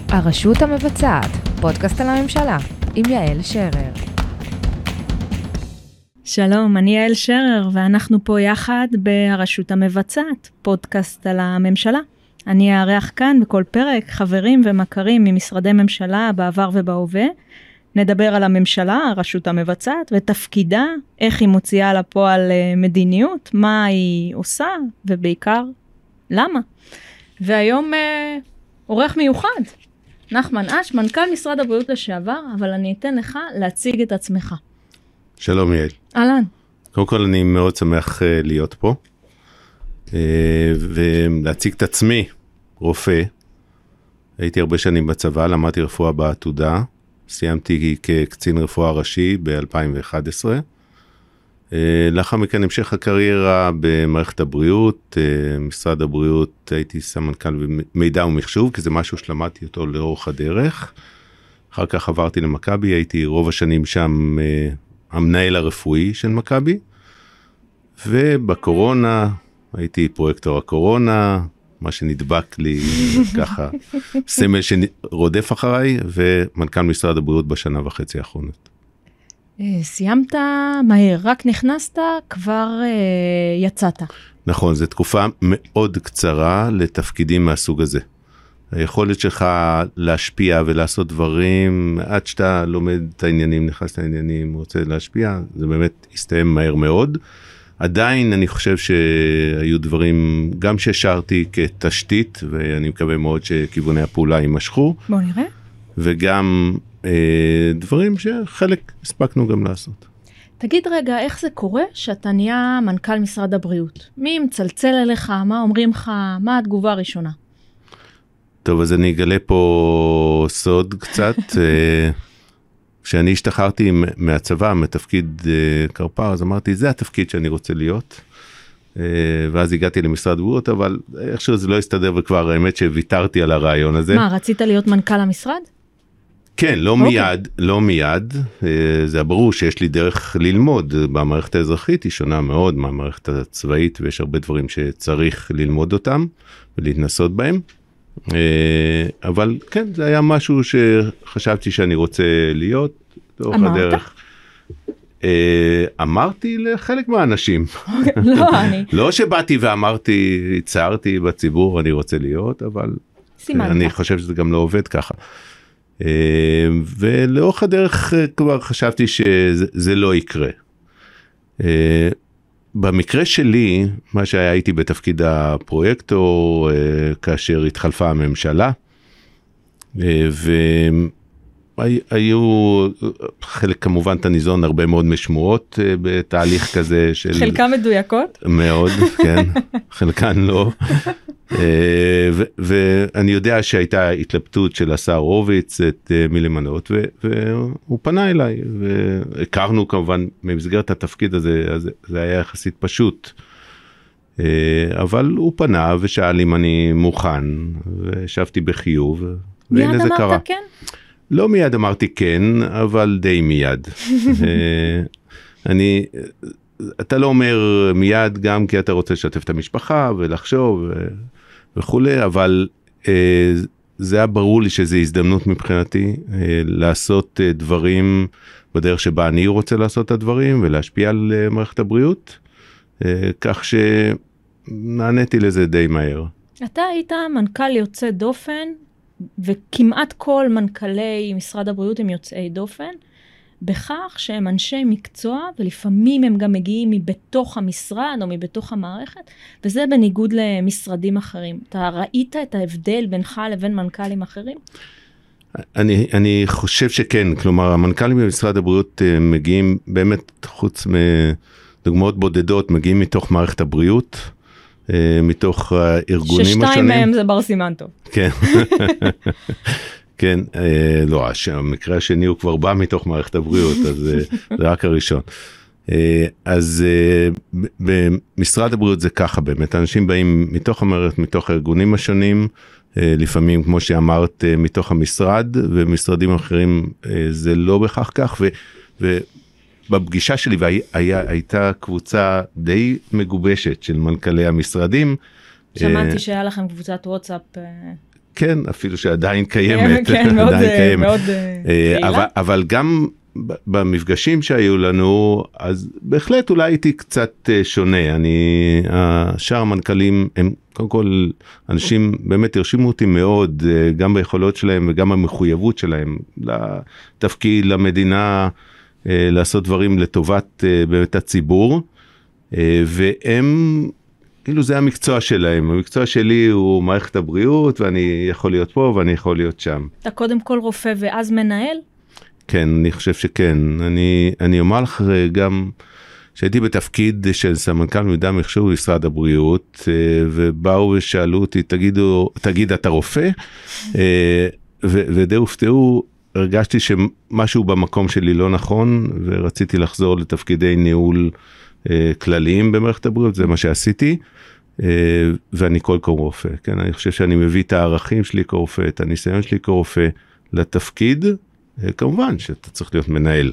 הרשות המבצעת, פודקאסט על הממשלה, עם יעל שרר. שלום, אני יעל שרר, ואנחנו פה יחד ברשות המבצעת, פודקאסט על הממשלה. אני אארח כאן בכל פרק חברים ומכרים ממשרדי ממשלה בעבר ובהווה. נדבר על הממשלה, הרשות המבצעת, ותפקידה, איך היא מוציאה לפועל מדיניות, מה היא עושה, ובעיקר, למה. והיום עורך מיוחד, נחמן אש, מנכ"ל משרד הבריאות לשעבר, אבל אני אתן לך להציג את עצמך. שלום יעל. אהלן. קודם כל אני מאוד שמח להיות פה, ולהציג את עצמי, רופא. הייתי הרבה שנים בצבא, למדתי רפואה בעתודה, סיימתי כקצין רפואה ראשי ב-2011. לאחר מכן המשך הקריירה במערכת הבריאות, משרד הבריאות, הייתי סמנכ"ל מידע ומחשוב, כי זה משהו שלמדתי אותו לאורך הדרך. אחר כך עברתי למכבי, הייתי רוב השנים שם המנהל הרפואי של מכבי, ובקורונה הייתי פרויקטור הקורונה, מה שנדבק לי ככה, סמל שרודף אחריי, ומנכ"ל משרד הבריאות בשנה וחצי האחרונות. סיימת מהר, רק נכנסת, כבר יצאת. נכון, זו תקופה מאוד קצרה לתפקידים מהסוג הזה. היכולת שלך להשפיע ולעשות דברים, עד שאתה לומד את העניינים, נכנס לעניינים, רוצה להשפיע, זה באמת הסתיים מהר מאוד. עדיין אני חושב שהיו דברים, גם שהשארתי כתשתית, ואני מקווה מאוד שכיווני הפעולה יימשכו. בואו נראה. וגם דברים שחלק הספקנו גם לעשות. תגיד רגע, איך זה קורה שאתה נהיה מנכ"ל משרד הבריאות? מי מצלצל אליך? מה אומרים לך? מה התגובה הראשונה? טוב, אז אני אגלה פה סוד קצת. כשאני השתחררתי מהצבא, מתפקיד קרפ"ר, אז אמרתי, זה התפקיד שאני רוצה להיות. ואז הגעתי למשרד הבריאות, אבל איכשהו זה לא הסתדר, וכבר האמת שוויתרתי על הרעיון הזה. מה, רצית להיות מנכ"ל המשרד? כן, לא מיד. זה ברור שיש לי דרך ללמוד. במערכת האזרחית היא שונה מאוד מהמערכת הצבאית, ויש הרבה דברים שצריך ללמוד אותם ולהתנסות בהם. אבל כן, זה היה משהו שחשבתי שאני רוצה להיות. אמרת? אמרתי לחלק מהאנשים. לא, אני... לא שבאתי ואמרתי, הצהרתי בציבור, אני רוצה להיות, אבל אני חושב שזה גם לא עובד ככה. ולאורך הדרך כבר חשבתי שזה לא יקרה. במקרה שלי, מה שהיה איתי בתפקיד הפרויקטור, כאשר התחלפה הממשלה, והיו חלק כמובן תניזון הרבה מאוד משמועות בתהליך כזה של... חלקם מדויקות? מאוד, כן, חלקן לא. ואני יודע שהייתה התלבטות של השר הורוביץ את מי למנות, והוא פנה אליי, והכרנו כמובן במסגרת התפקיד הזה, אז זה היה יחסית פשוט. אבל הוא פנה ושאל אם אני מוכן, וישבתי בחיוב, והנה זה קרה. מיד אמרת כן? לא מיד אמרתי כן, אבל די מיד. אתה לא אומר מיד גם כי אתה רוצה לשתף את המשפחה ולחשוב וכולי, אבל זה היה ברור לי שזו הזדמנות מבחינתי לעשות דברים בדרך שבה אני רוצה לעשות את הדברים ולהשפיע על מערכת הבריאות, כך שנעניתי לזה די מהר. אתה היית מנכ"ל יוצא דופן, וכמעט כל מנכ"לי משרד הבריאות הם יוצאי דופן, בכך שהם אנשי מקצוע, ולפעמים הם גם מגיעים מבתוך המשרד או מבתוך המערכת, וזה בניגוד למשרדים אחרים. אתה ראית את ההבדל בינך לבין מנכ"לים אחרים? אני חושב שכן, כלומר המנכ"לים במשרד הבריאות מגיעים באמת חוץ מדוגמאות בודדות, מגיעים מתוך מערכת הבריאות, מתוך הארגונים השונים. ששתיים מהם זה בר סימן טוב. כן. כן, לא, המקרה השני הוא כבר בא מתוך מערכת הבריאות, אז זה רק הראשון. אז במשרד הבריאות זה ככה באמת, אנשים באים מתוך המערכת, מתוך הארגונים השונים, לפעמים כמו שאמרת מתוך המשרד, ומשרדים אחרים זה לא בכך כך, ובפגישה שלי הייתה קבוצה די מגובשת של מנכ"לי המשרדים. שמעתי שהיה לכם קבוצת וואטסאפ. כן, אפילו שעדיין קיימת. כן, מאוד קהילה. אבל גם במפגשים שהיו לנו, אז בהחלט אולי הייתי קצת שונה. שאר המנכ"לים הם קודם כל אנשים באמת הרשימו אותי מאוד, גם ביכולות שלהם וגם המחויבות שלהם לתפקיד, למדינה, לעשות דברים לטובת באמת הציבור, והם, כאילו זה המקצוע שלהם. המקצוע שלי הוא מערכת הבריאות, ואני יכול להיות פה ואני יכול להיות שם. אתה קודם כל רופא ואז מנהל? כן, אני חושב שכן. אני אומר לך גם שהייתי בתפקיד של סמנכ"ל מידע מחשוב במשרד הבריאות, ובאו ושאלו אותי, תגיד, אתה רופא? ודי הופתעו, הרגשתי שמשהו במקום שלי לא נכון, ורציתי לחזור לתפקידי ניהול כלליים במערכת הבריאות, זה מה שעשיתי, ואני כל רופא. כן? אני חושב שאני מביא את הערכים שלי כרופא, את הניסיון שלי כרופא לתפקיד, כמובן שאתה צריך להיות מנהל.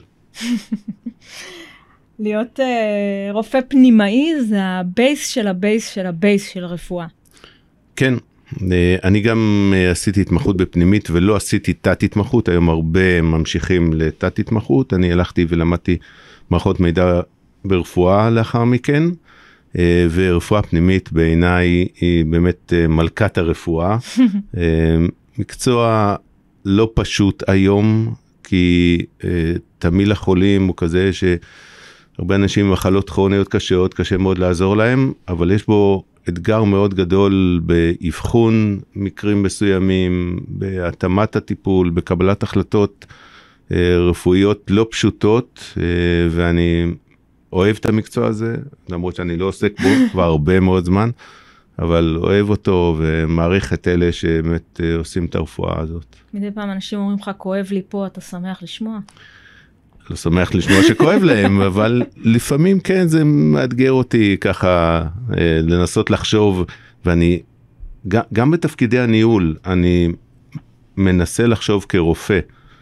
להיות רופא פנימאי זה הבייס של הבייס של הבייס של הרפואה. כן, אני גם עשיתי התמחות בפנימית ולא עשיתי תת התמחות, היום הרבה ממשיכים לתת התמחות, אני הלכתי ולמדתי מערכות מידע ברפואה לאחר מכן, ורפואה פנימית בעיניי היא באמת מלכת הרפואה, מקצוע לא פשוט היום, כי תמיל החולים הוא כזה שהרבה אנשים עם מחלות כרוניות קשות, קשה מאוד לעזור להם, אבל יש בו אתגר מאוד גדול באבחון מקרים מסוימים, בהתאמת הטיפול, בקבלת החלטות רפואיות לא פשוטות, ואני אוהב את המקצוע הזה, למרות שאני לא עוסק בו כבר הרבה מאוד זמן, אבל אוהב אותו ומעריך את אלה שבאמת עושים את הרפואה הזאת. מדי פעם אנשים אומרים לך, כואב לי פה, אתה שמח לשמוע? לא שמח לשמוע שכואב להם, אבל לפעמים כן זה מאתגר אותי ככה לנסות לחשוב, ואני גם בתפקידי הניהול, אני מנסה לחשוב כרופא,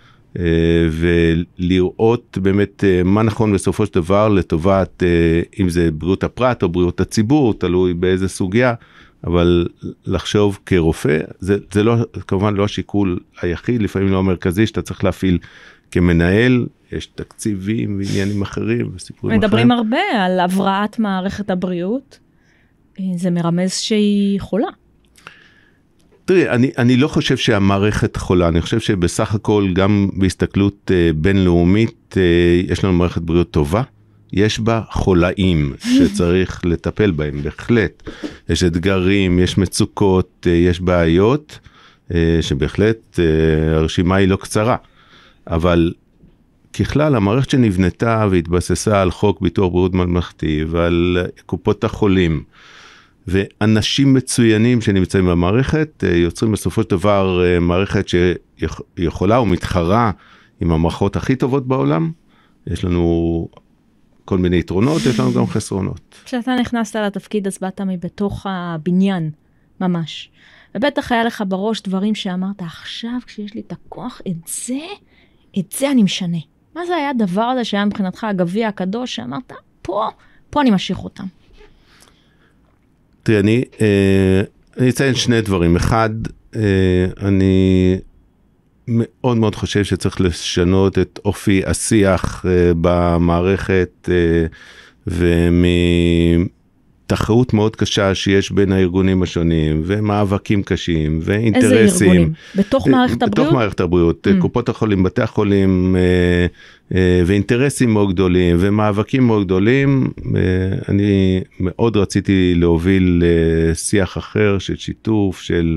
ולראות באמת מה נכון בסופו של דבר לטובת, אם זה בריאות הפרט או בריאות הציבור, תלוי באיזה סוגיה, אבל לחשוב כרופא, זה לא, כמובן לא השיקול היחיד, לפעמים לא המרכזי, שאתה צריך להפעיל כמנהל, יש תקציבים ועניינים אחרים וסיפורים אחרים. מדברים הרבה על הבראת מערכת הבריאות, זה מרמז שהיא חולה. תראי, אני לא חושב שהמערכת חולה, אני חושב שבסך הכל גם בהסתכלות בינלאומית, יש לנו מערכת בריאות טובה, יש בה חולאים שצריך לטפל בהם, בהחלט. יש אתגרים, יש מצוקות, יש בעיות, שבהחלט הרשימה היא לא קצרה. אבל ככלל, המערכת שנבנתה והתבססה על חוק ביטוח בריאות ממלכתי ועל קופות החולים, ואנשים מצוינים שנמצאים במערכת, יוצרים בסופו של דבר מערכת שיכולה ומתחרה עם המערכות הכי טובות בעולם. יש לנו כל מיני יתרונות, יש לנו גם חסרונות. כשאתה נכנסת לתפקיד, אז באת מבתוך הבניין, ממש. ובטח היה לך בראש דברים שאמרת, עכשיו כשיש לי את הכוח, את זה אני משנה. מה זה היה הדבר הזה שהיה מבחינתך הגביע הקדוש, שאמרת, פה אני משאיר אותם. תראי, אני אציין שני דברים. אחד, אני מאוד מאוד חושב שצריך לשנות את אופי השיח במערכת, ומתחרות מאוד קשה שיש בין הארגונים השונים, ומאבקים קשים, ואינטרסים. איזה ארגונים? בתוך מערכת הבריאות? בתוך מערכת הבריאות, קופות החולים, בתי החולים, ואינטרסים מאוד גדולים, ומאבקים מאוד גדולים. אני מאוד רציתי להוביל שיח אחר של שיתוף, של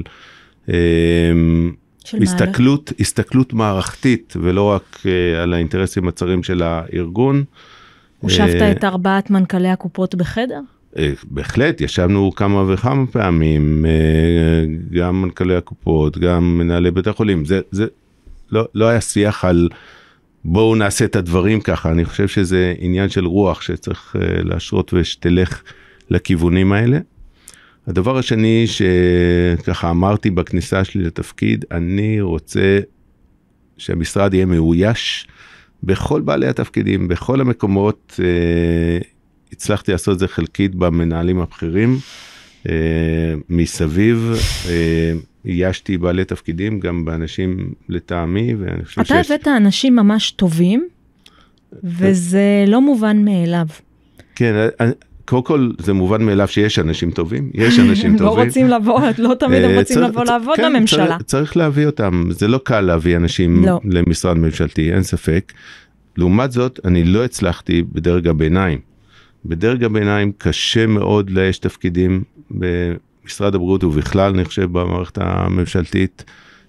הסתכלות מערכתית, ולא רק על האינטרסים הצרים של הארגון. הושבת את 4 מנכ"לי הקופות בחדר? בהחלט, ישבנו כמה וכמה פעמים, גם מנכ"לי הקופות, גם מנהלי בתי החולים. זה לא היה שיח על בואו נעשה את הדברים ככה, אני חושב שזה עניין של רוח שצריך להשרות ושתלך לכיוונים האלה. הדבר השני שככה אמרתי בכניסה שלי לתפקיד, אני רוצה שהמשרד יהיה מאויש בכל בעלי התפקידים, בכל המקומות. הצלחתי לעשות את זה חלקית במנהלים הבכירים מסביב. איישתי בעלי תפקידים, גם באנשים לטעמי, ואני חושב אתה הבאת אנשים ממש טובים, וזה לא מובן מאליו. כן, קודם כל זה מובן מאליו שיש אנשים טובים, יש אנשים טובים. לא רוצים לבוא, לא תמיד הם רוצים לבוא לעבוד בממשלה. צריך להביא אותם, זה לא קל להביא אנשים למשרד ממשלתי, אין ספק. לעומת זאת, אני לא הצלחתי בדרג הביניים. בדרג הביניים קשה מאוד לאייש תפקידים במשרד הבריאות, ובכלל נחשב במערכת הממשלתית,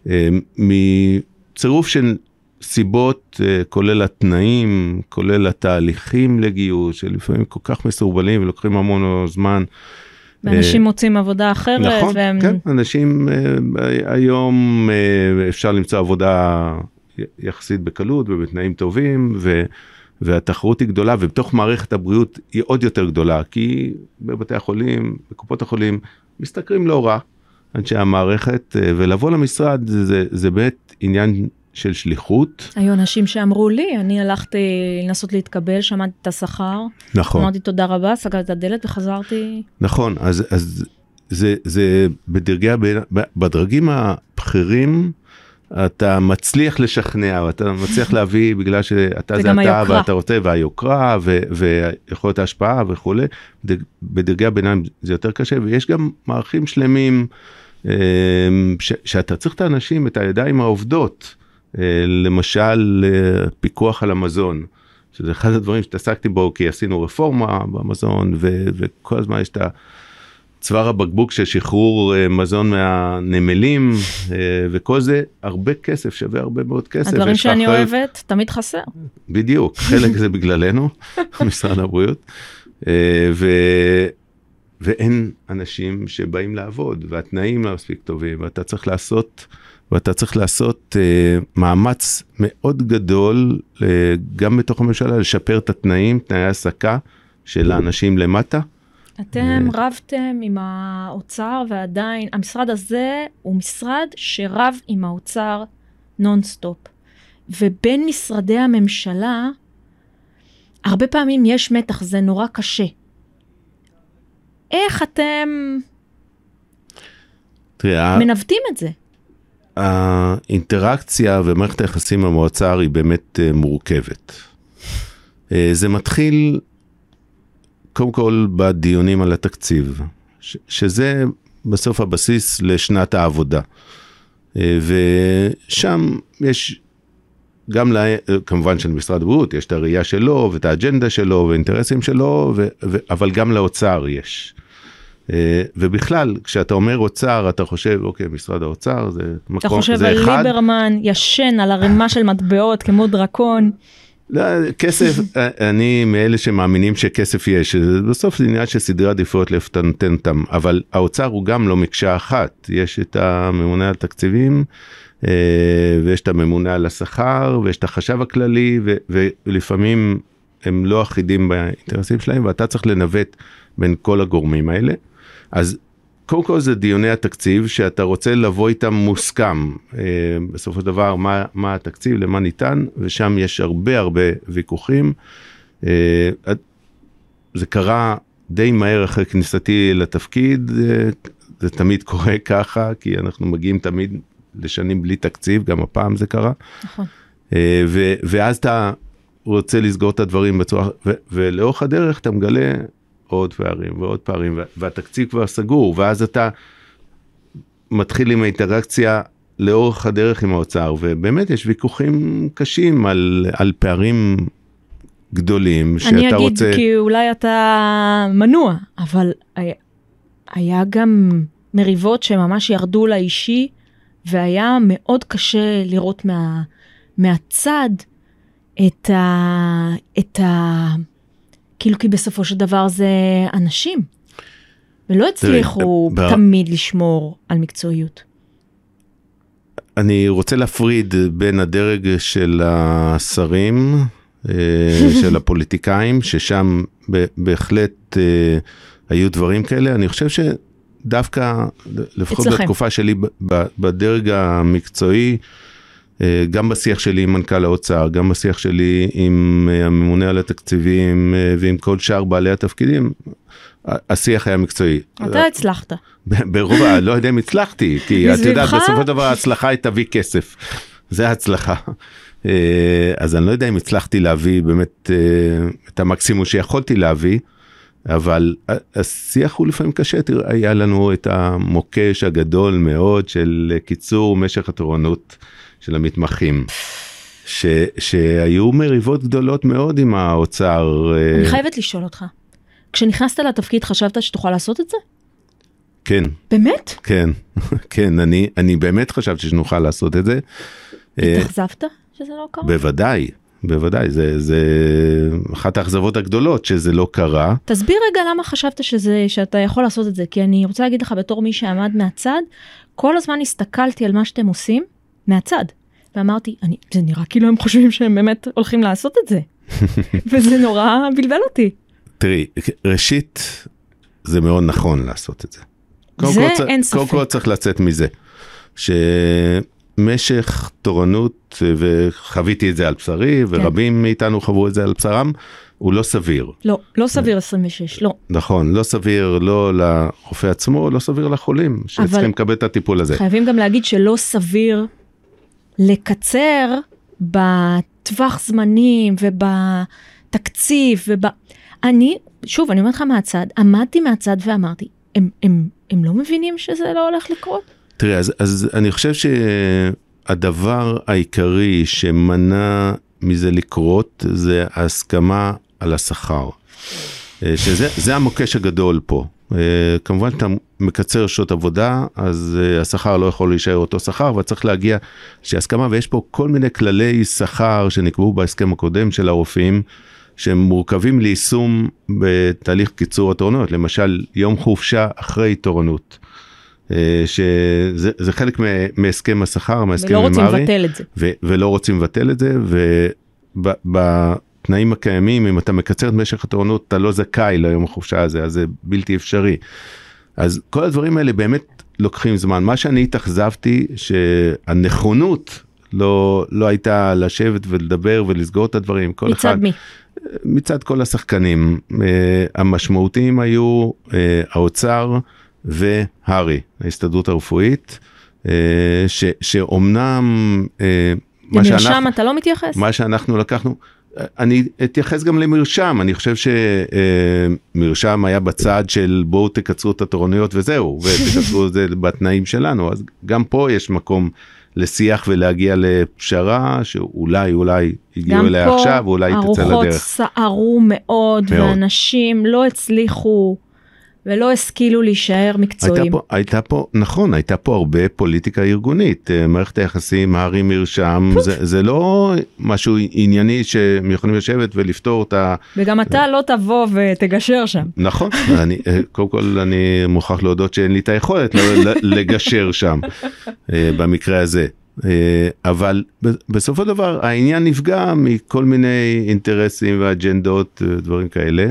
מצירוף של סיבות, כולל התנאים, כולל התהליכים לגיוס, שלפעמים כל כך מסורבלים ולוקחים המון זמן. ואנשים מוצאים עבודה אחרת. נכון, והם... כן, אנשים היום אפשר למצוא עבודה יחסית בקלות ובתנאים טובים, והתחרות היא גדולה, ובתוך מערכת הבריאות היא עוד יותר גדולה, כי בבתי החולים, בקופות החולים, מסתכרים לא רע, אנשי המערכת, ולבוא למשרד זה באמת עניין של שליחות. היו אנשים שאמרו לי, אני הלכתי לנסות להתקבל, שמעתי את השכר, נכון. אמרתי תודה רבה, סגרתי את הדלת וחזרתי. נכון, אז זה בדרגים הבכירים, אתה מצליח לשכנע, אתה מצליח להביא, בגלל שאתה זה אתה, ואתה רוצה, והיוקרה, ויכולת ההשפעה וכו'. בדרגי הביניים זה יותר קשה, ויש גם מערכים שלמים, שאתה צריך את האנשים, את הידיים העובדות, למשל פיקוח על המזון, שזה אחד הדברים שתעסקתי בו, כי עשינו רפורמה במזון, וכל הזמן יש את צוואר הבקבוק של שחרור מזון מהנמלים, וכל זה הרבה כסף, שווה הרבה מאוד כסף. הדברים שאני אוהבת, תמיד חסר. בדיוק, חלק זה בגללנו, משרד הבריאות, ואין אנשים שבאים לעבוד, והתנאים לא מספיק טובים, ואתה צריך לעשות מאמץ מאוד גדול, גם בתוך הממשלה, לשפר את התנאים, תנאי העסקה של האנשים למטה. אתם רבתם עם האוצר, ועדיין, המשרד הזה הוא משרד שרב עם האוצר נונסטופ. ובין משרדי הממשלה, הרבה פעמים יש מתח, זה נורא קשה. איך אתם מנווטים את זה? האינטראקציה ומערכת היחסים עם האוצר היא באמת מורכבת. זה מתחיל קודם כל בדיונים על התקציב, שזה בסוף הבסיס לשנת העבודה. ושם יש גם כמובן של משרד הבריאות, יש את הראייה שלו ואת האג'נדה שלו ואינטרסים שלו, אבל גם לאוצר יש. ובכלל, כשאתה אומר אוצר, אתה חושב, אוקיי, משרד האוצר, זה מקום, אתה חושב על ליברמן, ישן על הרמה של מטבעות כמו דרקון. לא, כסף, אני מאלה שמאמינים שכסף יש, בסוף זה עניין של סדרי עדיפויות לאיפה אתה נותן אותם, אבל האוצר הוא גם לא מקשה אחת, יש את הממונה על תקציבים, ויש את הממונה על השכר, ויש את החשב הכללי, ולפעמים הם לא אחידים באינטרסים שלהם, ואתה צריך לנווט בין כל הגורמים האלה. אז קודם כל זה דיוני התקציב, שאתה רוצה לבוא איתם מוסכם, בסופו של דבר מה התקציב, למה ניתן, ושם יש הרבה ויכוחים. זה קרה די מהר אחרי כניסתי לתפקיד, זה תמיד קורה ככה, כי אנחנו מגיעים תמיד לשנים בלי תקציב, גם הפעם זה קרה. נכון. ואז אתה רוצה לסגור את הדברים בצורה, ולאורך הדרך אתה מגלה עוד פערים ועוד פערים, והתקציב כבר סגור, ואז אתה מתחיל עם האינטראקציה לאורך הדרך עם האוצר, ובאמת יש ויכוחים קשים על פערים גדולים, שאתה רוצה... אני אגיד כי אולי אתה מנוע, אבל היה גם מריבות שממש ירדו לאישי, והיה מאוד קשה לראות מהצד את כאילו כי בסופו של דבר זה אנשים, ולא הצליחו תמיד לשמור על מקצועיות. אני רוצה להפריד בין הדרג של השרים, של הפוליטיקאים, ששם בהחלט היו דברים כאלה. אני חושב שדווקא, לפחות בתקופה שלי, בדרג המקצועי, גם בשיח שלי עם מנכ"ל האוצר, גם בשיח שלי עם הממונה על התקציבים ועם כל שאר בעלי התפקידים, השיח היה מקצועי. אתה הצלחת. ברוב, לא יודע אם הצלחתי, כי את יודעת, בסופו של דבר ההצלחה היא תביא כסף. זה ההצלחה. אז אני לא יודע אם הצלחתי להביא באמת את המקסימום שיכולתי להביא, אבל השיח הוא לפעמים קשה. היה לנו את המוקש הגדול מאוד של קיצור משך התורנות של המתמחים, שהיו מריבות גדולות מאוד עם האוצר. אני חייבת לשאול אותך, כשנכנסת לתפקיד חשבת שתוכל לעשות את זה? כן. באמת? כן, כן, אני באמת חשבתי שנוכל לעשות את זה. התאכזבת שזה לא קרה? בוודאי, בוודאי, זה אחת האכזבות הגדולות שזה לא קרה. תסביר רגע למה חשבת שאתה יכול לעשות את זה, כי אני רוצה להגיד לך בתור מי שעמד מהצד, כל הזמן הסתכלתי על מה שאתם עושים מהצד, ואמרתי, זה נראה כאילו הם חושבים שהם באמת הולכים לעשות את זה, וזה נורא בלבל אותי. תראי, ראשית, זה מאוד נכון לעשות את זה. זה אין ספק. קודם כל צריך לצאת מזה, שמשך תורנות, וחוויתי את זה על בשרי, ורבים מאיתנו חוו את זה על בשרם, הוא לא סביר. לא סביר 26, לא. נכון, לא סביר לא לרופא עצמו, לא סביר לחולים, שצריכים לקבל את הטיפול הזה. חייבים גם להגיד שלא סביר לקצר בטווח זמנים ובתקציב שוב, אני אומרת לך מהצד, עמדתי מהצד ואמרתי, הם לא מבינים שזה לא הולך לקרות? תראה, אז אני חושב שהדבר העיקרי שמנע מזה לקרות, זה ההסכמה על השכר. שזה המוקש הגדול פה. כמובן שאתה מקצר שעות עבודה, אז השכר לא יכול להישאר אותו שכר, אבל צריך להגיע שהסכמה, ויש פה כל מיני כללי שכר שנקבעו בהסכם הקודם של הרופאים, שהם מורכבים ליישום בתהליך קיצור התורנות, למשל יום חופשה אחרי תורנות, שזה חלק מהסכם השכר, מהסכם ולא רוצים ממרי, לבטל את זה. ולא רוצים לבטל את זה, ובתנאים הקיימים, אם אתה מקצר את משך התורנות, אתה לא זכאי ליום החופשה הזה, אז זה בלתי אפשרי. אז כל הדברים האלה באמת לוקחים זמן. מה שאני התאכזבתי, שהנכונות לא הייתה לשבת ולדבר ולסגור את הדברים. מצד מי? מצד כל השחקנים. המשמעותיים היו האוצר והרי, ההסתדרות הרפואית, שאומנם למרשם אתה לא מתייחס? מה שאנחנו לקחנו, אני אתייחס גם למרשם, אני חושב שמרשם היה בצד של בואו תקצרו את התורנויות וזהו, ותקצרו את זה בתנאים שלנו, אז גם פה יש מקום לשיח ולהגיע לפשרה, שאולי הגיעו אליה עכשיו, ואולי תצא לדרך. גם פה הרוחות סערו מאוד, ואנשים לא הצליחו, ולא השכילו להישאר מקצועיים. הייתה פה הרבה פוליטיקה ארגונית, מערכת היחסים, הרי מרשם, זה לא משהו ענייני שהם יכולים לשבת ולפתור אותה. וגם אתה לא תבוא ותגשר שם. נכון, קודם כל אני מוכרח להודות שאין לי את היכולת לגשר שם, במקרה הזה. אבל בסופו של דבר העניין נפגע מכל מיני אינטרסים ואג'נדות ודברים כאלה.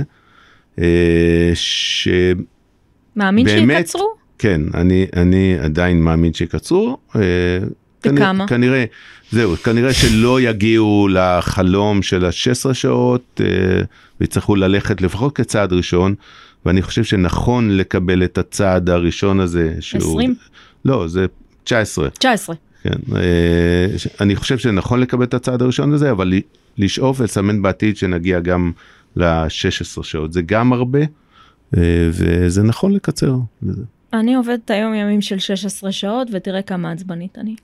מאמין שיקצרו? כן, אני עדיין מאמין שיקצרו. וכמה? כנראה שלא יגיעו לחלום של 16 שעות, ויצטרכו ללכת לפחות כצעד ראשון, ואני חושב שנכון לקבל את הצעד הראשון הזה. 20? לא, זה 19. 19. כן, אני חושב שנכון לקבל את הצעד הראשון הזה, אבל לשאוף ולסמן בעתיד שנגיע גם ל-16 שעות, זה גם הרבה, וזה נכון לקצר. אני עובדת היום ימים של 16 שעות, ותראה כמה עצבנית אני.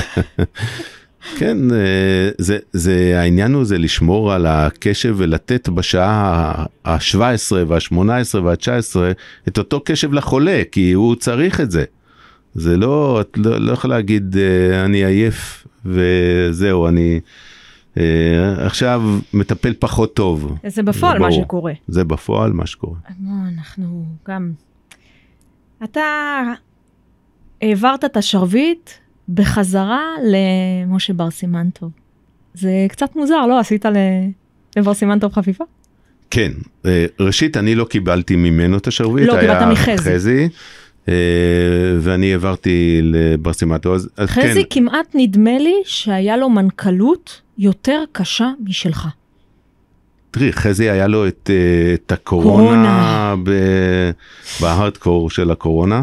כן, העניין הוא זה לשמור על הקשב ולתת בשעה ה-17 וה-18 וה-19 את אותו קשב לחולה, כי הוא צריך את זה. זה לא, את לא יכולה להגיד, אני עייף וזהו, אני עכשיו מטפל פחות טוב. זה בפועל מה שקורה. זה בפועל מה שקורה. אנחנו גם, אתה העברת את השרביט בחזרה למשה בר סימן טוב. זה קצת מוזר, לא? עשית לבר סימן טוב חפיפה? כן, ראשית אני לא קיבלתי ממנו את השרביט. לא, קיבלת מחזי. ואני העברתי לברסימטו. אז חזי, כן. כמעט נדמה לי שהיה לו מנכ"לות יותר קשה משלך. תראי, חזי היה לו את הקורונה בהארדקור של הקורונה,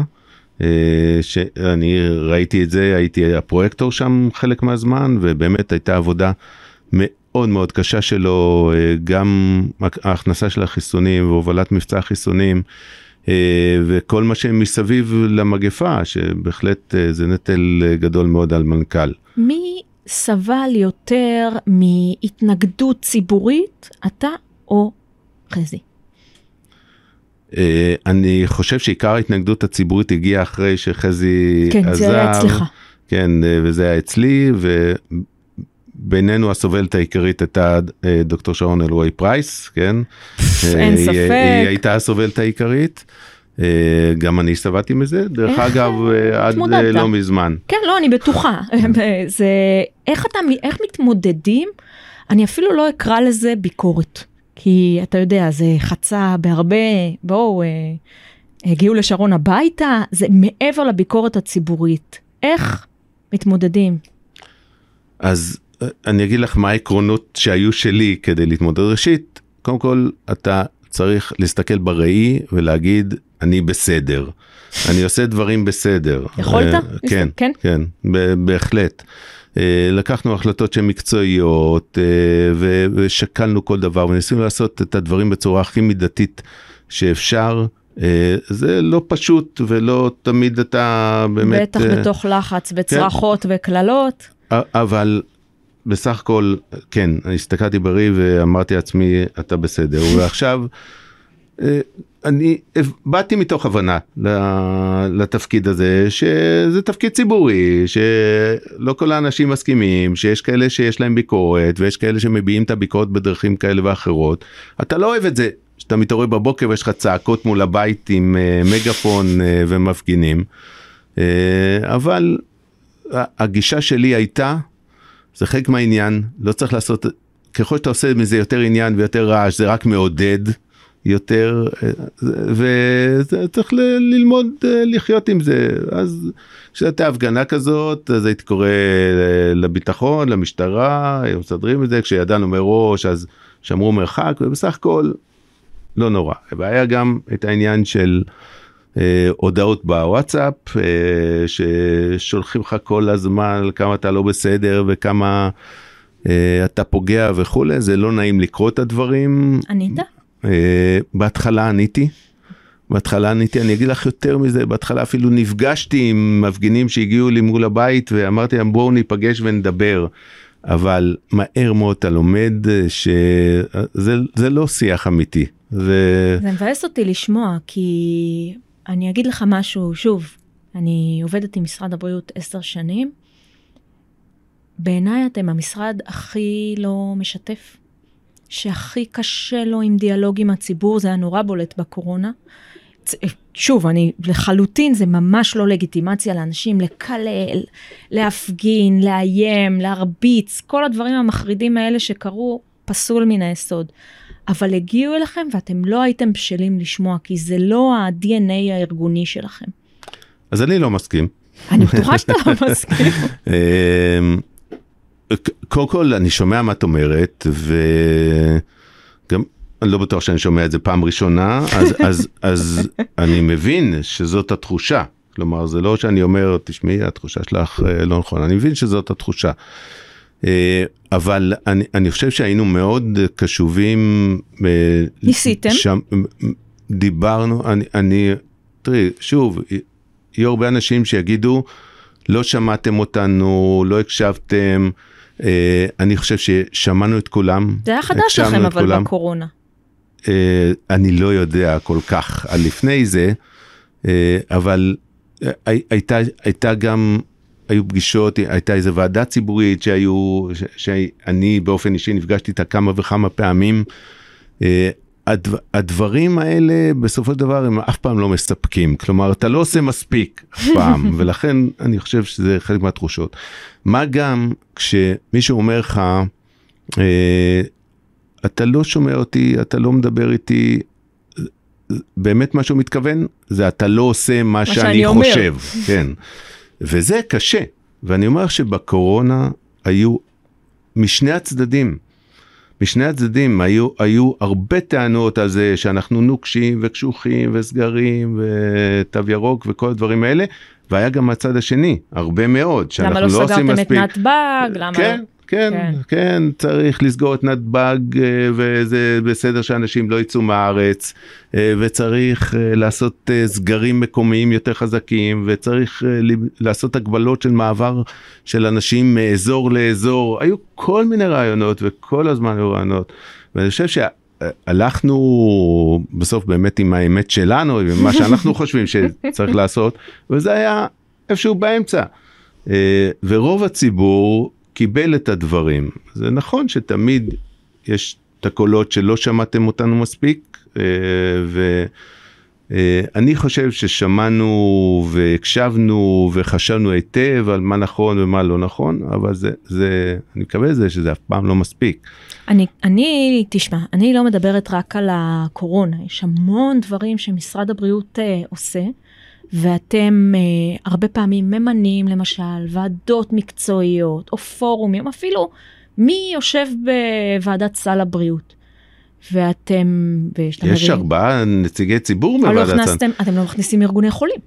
שאני ראיתי את זה, הייתי הפרויקטור שם חלק מהזמן, ובאמת הייתה עבודה מאוד מאוד קשה שלו, גם ההכנסה של החיסונים והובלת מבצע החיסונים, וכל מה שמסביב למגפה, שבהחלט זה נטל גדול מאוד על מנכ"ל. מי סבל יותר מהתנגדות ציבורית, אתה או חזי? אני חושב שעיקר ההתנגדות הציבורית הגיעה אחרי שחזי עזב. כן, זה היה אצלך. כן, וזה היה אצלי, ובינינו הסובלת העיקרית הייתה דוקטור שרון אלרועי פרייס, כן? אין ספק. היא הייתה הסובלת העיקרית. גם אני סבלתי מזה, דרך אגב, עד לא מזמן. כן, לא, אני בטוחה. איך מתמודדים? אני אפילו לא אקרא לזה ביקורת. כי אתה יודע, זה חצה בהרבה, בואו, הגיעו לשרון הביתה, זה מעבר לביקורת הציבורית. איך מתמודדים? אז אני אגיד לך מה העקרונות שהיו שלי כדי להתמודד. ראשית, קודם כל, אתה צריך להסתכל בראי ולהגיד, אני בסדר. אני עושה דברים בסדר. יכולת? כן, כן, בהחלט. לקחנו החלטות שהן מקצועיות, ושקלנו כל דבר, וניסינו לעשות את הדברים בצורה הכי מידתית שאפשר. זה לא פשוט, ולא תמיד אתה באמת... בטח בתוך לחץ, וצרחות וכללות. אבל בסך הכל, כן, הסתכלתי בראי ואמרתי לעצמי, אתה בסדר. ועכשיו, אני באתי מתוך הבנה לתפקיד הזה, שזה תפקיד ציבורי, שלא כל האנשים מסכימים, שיש כאלה שיש להם ביקורת, ויש כאלה שמביעים את הביקורת בדרכים כאלה ואחרות. אתה לא אוהב את זה, שאתה מתעורר בבוקר ויש לך צעקות מול הבית עם מגפון ומפגינים. אבל הגישה שלי הייתה, זה חלק מהעניין, לא צריך לעשות, ככל שאתה עושה מזה יותר עניין ויותר רעש, זה רק מעודד יותר, וצריך ללמוד לחיות עם זה. אז כשהייתה הפגנה כזאת, אז הייתי קורא לביטחון, למשטרה, הם מסדרים את זה, כשידענו מראש, אז שמרו מרחק, ובסך הכל לא נורא. והיה גם את העניין של הודעות בוואטסאפ, ששולחים לך כל הזמן על כמה אתה לא בסדר, וכמה אתה פוגע וכו', זה לא נעים לקרוא את הדברים. ענית? בהתחלה עניתי, אני אגיד לך יותר מזה, בהתחלה אפילו נפגשתי עם מפגינים שהגיעו לי מול הבית, ואמרתי להם בואו ניפגש ונדבר, אבל מהר מאוד אתה לומד שזה לא שיח אמיתי. זה מבאס אותי לשמוע, כי אני אגיד לך משהו, שוב, אני עובדת עם משרד הבריאות 10 שנים, בעיניי אתם המשרד הכי לא משתף, שהכי קשה לו עם דיאלוג עם הציבור, זה היה נורא בולט בקורונה. שוב, לחלוטין זה ממש לא לגיטימציה לאנשים לקלל, להפגין, לאיים, להרביץ, כל הדברים המחרידים האלה שקרו פסול מן היסוד. אבל הגיעו אליכם ואתם לא הייתם בשלים לשמוע, כי זה לא ה-DNA הארגוני שלכם. אז אני לא מסכים. אני בטוחה שאתה לא מסכים. קודם כל, אני שומע מה את אומרת, וגם אני לא בטוח שאני שומע את זה פעם ראשונה, אז אני מבין שזאת התחושה. כלומר, זה לא שאני אומר, תשמעי, התחושה שלך לא נכון, אני מבין שזאת התחושה. אבל אני חושב שהיינו מאוד קשובים. ניסיתם? דיברנו, תראי, שוב, יהיו הרבה אנשים שיגידו, לא שמעתם אותנו, לא הקשבתם, אני חושב ששמענו את כולם. זה היה חדש לכם אבל בקורונה. אני לא יודע כל כך על לפני זה, אבל הייתה גם, היו פגישות, הייתה איזו ועדה ציבורית שאני באופן אישי נפגשתי איתה כמה וכמה פעמים. הדברים האלה בסופו של דבר הם אף פעם לא מספקים, כלומר אתה לא עושה מספיק אף פעם, ולכן אני חושב שזה חלק מהתחושות. מה גם כשמישהו אומר לך, אתה לא שומע אותי, אתה לא מדבר איתי, באמת מה שהוא מתכוון, זה אתה לא עושה מה שאני חושב. כן. וזה קשה. ואני אומר שבקורונה היו משני הצדדים היו הרבה טענות על זה שאנחנו נוקשים וקשוחים וסגרים ותו ירוק וכל הדברים האלה, והיה גם הצד השני, הרבה מאוד, שאנחנו לא עושים מספיק. למה לא סגרתם את נתב"ג? כן, צריך לסגור את נתב"ג, וזה בסדר שאנשים לא יצאו מהארץ, וצריך לעשות סגרים מקומיים יותר חזקים, וצריך לעשות הגבלות של מעבר של אנשים מאזור לאזור. היו כל מיני רעיונות, וכל הזמן היו רעיונות. ואני חושב שהלכנו בסוף באמת עם האמת שלנו, עם מה שאנחנו חושבים שצריך לעשות, וזה היה איפשהו באמצע. ורוב הציבור קיבל את הדברים. זה נכון שתמיד יש את הקולות שלא שמעתם אותנו מספיק, ואני חושב ששמענו והקשבנו וחשבנו היטב על מה נכון ומה לא נכון, אבל אני מקווה לזה שזה אף פעם לא מספיק. תשמע, אני לא מדברת רק על הקורונה, יש המון דברים שמשרד הבריאות עושה, ואתם הרבה פעמים ממנים למשל ועדות מקצועיות או פורומים, אפילו מי יושב בוועדת סל הבריאות, ואתם... יש 4 נציגי ציבור בוועדת סל. אתם לא מכניסים ארגוני חולים.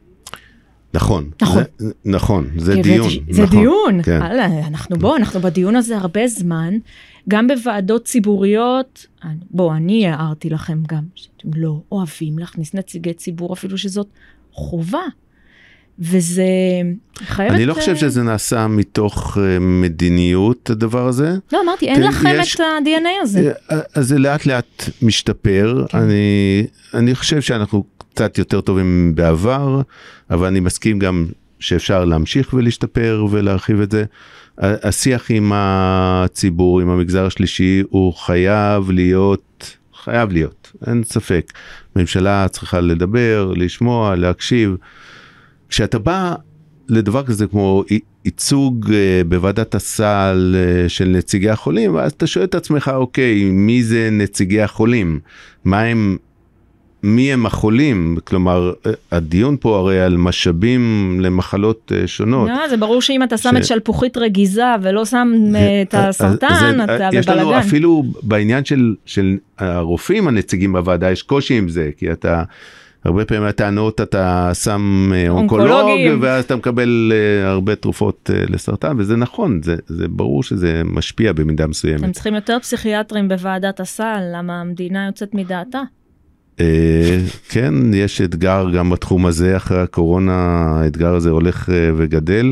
נכון, זה דיון. זה דיון, אנחנו בדיון הזה הרבה זמן, גם בוועדות ציבוריות, אני הערתי לכם גם, שאתם לא אוהבים להכניס נציגי ציבור, אפילו שזאת חובה, וזה חייבת... אני לא חושב שזה נעשה מתוך מדיניות, הדבר הזה. לא, אמרתי, אין לכם את ה-DNA הזה. אז זה לאט לאט משתפר, אני חושב שאנחנו קצת יותר טובים בעבר, אבל אני מסכים גם שאפשר להמשיך ולהשתפר ולהרחיב את זה. השיח עם הציבור, עם המגזר השלישי, הוא חייב להיות, אין ספק. ממשלה צריכה לדבר, לשמוע, להקשיב. כשאתה בא לדבר כזה כמו ייצוג בוועדת הסל של נציגי החולים, אז אתה שואל את עצמך, אוקיי, מי זה נציגי החולים? מי הם החולים? כלומר, הדיון פה הרי על משאבים למחלות שונות. זה ברור שאם אתה שם את שלפוחית רגיזה ולא שם את הסרטן, אתה בבלגן. יש לנו אפילו בעניין של הרופאים הנציגים בוועדה, יש קושי עם זה, כי אתה, הרבה פעמים הטענות אתה שם אונקולוג, ואז אתה מקבל הרבה תרופות לסרטן, וזה נכון, זה ברור שזה משפיע במידה מסוימת. הם צריכים יותר פסיכיאטרים בוועדת הסל, למה המדינה יוצאת מדעתה? כן, יש אתגר גם בתחום הזה, אחרי הקורונה האתגר הזה הולך וגדל,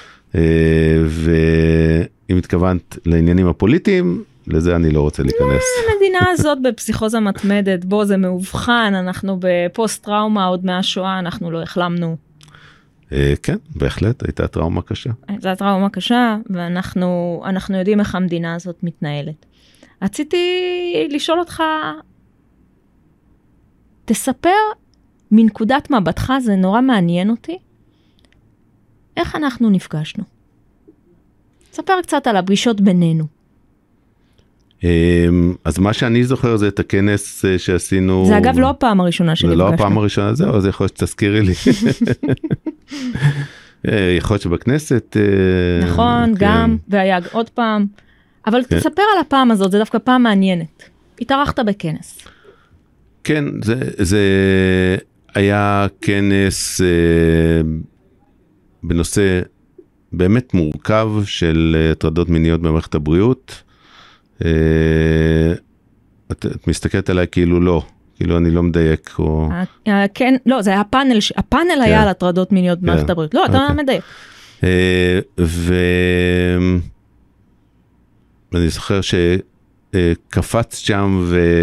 ואם התכוונת לעניינים הפוליטיים, לזה אני לא רוצה להיכנס. המדינה הזאת בפסיכוזה מתמדת, בו זה מאובחן, אנחנו בפוסט טראומה עוד מהשואה, אנחנו לא החלמנו. כן, בהחלט, הייתה טראומה קשה. הייתה טראומה קשה, ואנחנו יודעים איך המדינה הזאת מתנהלת. רציתי לשאול אותך, תספר מנקודת מבטך, זה נורא מעניין אותי, איך אנחנו נפגשנו? תספר קצת על הפגישות בינינו. אז מה שאני זוכר זה את הכנס שעשינו... זה אגב לא הפעם הראשונה שנפגשנו. זה לא הפעם הראשונה, זהו, אז יכול להיות שתזכירי לי. יכול להיות שבכנסת... נכון, גם, והיה עוד פעם. אבל תספר על הפעם הזאת, זה דווקא פעם מעניינת. התארחת בכנס. כן, זה היה כנס בנושא באמת מורכב של הטרדות מיניות במערכת הבריאות. את מסתכלת עליי כאילו לא, כאילו אני לא מדייק. כן, לא, זה היה הפאנל היה על הטרדות מיניות במערכת הבריאות. לא, אתה לא מדייק. ואני זוכר שקפצת שם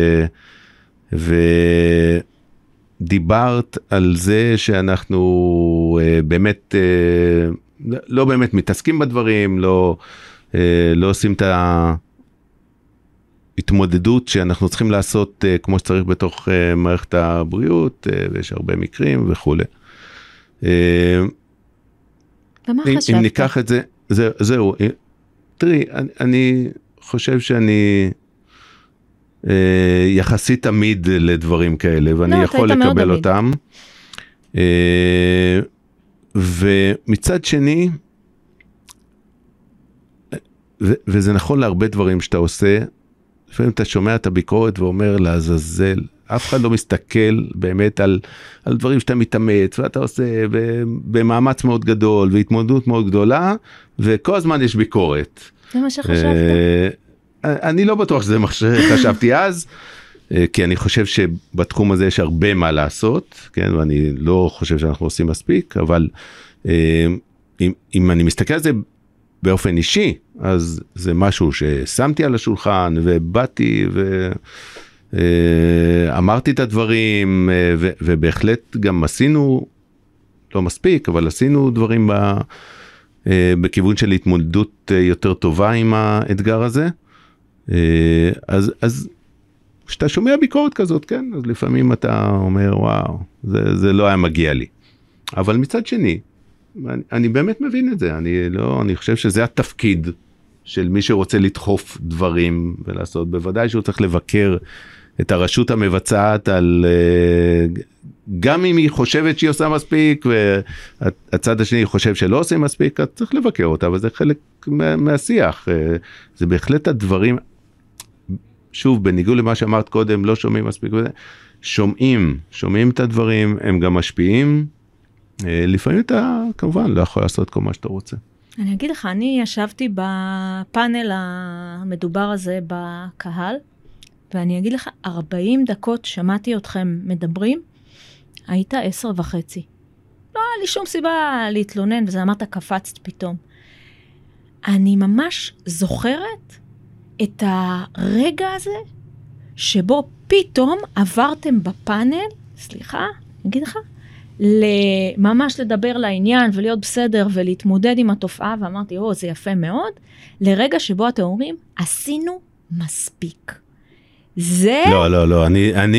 ודיברת על זה שאנחנו באמת, לא באמת מתעסקים בדברים, לא עושים את ההתמודדות שאנחנו צריכים לעשות כמו שצריך בתוך מערכת הבריאות, ויש הרבה מקרים וכו'. ומה חשבת? אם ניקח את זה, זהו, תראי, אני חושב שאני יחסית תמיד לדברים כאלה, ואני לא, יכול אתה היית לקבל מאוד אותם. ומצד שני, וזה נכון להרבה דברים שאתה עושה, לפעמים אתה שומע את הביקורת ואומר לעזאזל, אף אחד לא מסתכל באמת על דברים שאתה מתאמץ, ואתה עושה במאמץ מאוד גדול, והתמודדות מאוד גדולה, וכל הזמן יש ביקורת. זה מה שחשבת? אני לא בטוח שזה מה שחשבתי אז, כי אני חושב שבתחום הזה יש הרבה מה לעשות, כן, ואני לא חושב שאנחנו עושים מספיק, אבל אם אני מסתכל על זה באופן אישי, אז זה משהו ששמתי על השולחן, ובאתי ואמרתי את הדברים, ובהחלט גם עשינו, לא מספיק, אבל עשינו דברים בכיוון של התמודדות יותר טובה עם האתגר הזה. אז כשאתה שומע ביקורת כזאת, כן, אז לפעמים אתה אומר, וואו, זה לא היה מגיע לי. אבל מצד שני, אני באמת מבין את זה, אני חושב שזה התפקיד של מי שרוצה לדחוף דברים ולעשות, בוודאי שהוא צריך לבקר את הרשות המבצעת על, גם אם היא חושבת שהיא עושה מספיק, והצד השני חושב שלא עושים מספיק, אז צריך לבקר אותה, אבל זה חלק מהשיח, זה בהחלט הדברים, שוב, בניגוד למה שאמרת קודם, לא שומעים מספיק, שומעים את הדברים, הם גם משפיעים, לפעמים אתה כמובן לא יכול לעשות כל מה שאתה רוצה. אני אגיד לך, אני ישבתי בפאנל המדובר הזה בקהל, ואני אגיד לך, 40 דקות שמעתי אתכם מדברים, היית 10:30. לא היה לי שום סיבה להתלונן, וזה אמרת, קפצת פתאום. אני ממש זוכרת את הרגע הזה, שבו פתאום עברתם בפאנל, סליחה, אני אגיד לך, ממש לדבר לעניין ולהיות בסדר ולהתמודד עם התופעה, ואמרתי, זה יפה מאוד, לרגע שבו אתם אומרים, עשינו מספיק. זה... לא,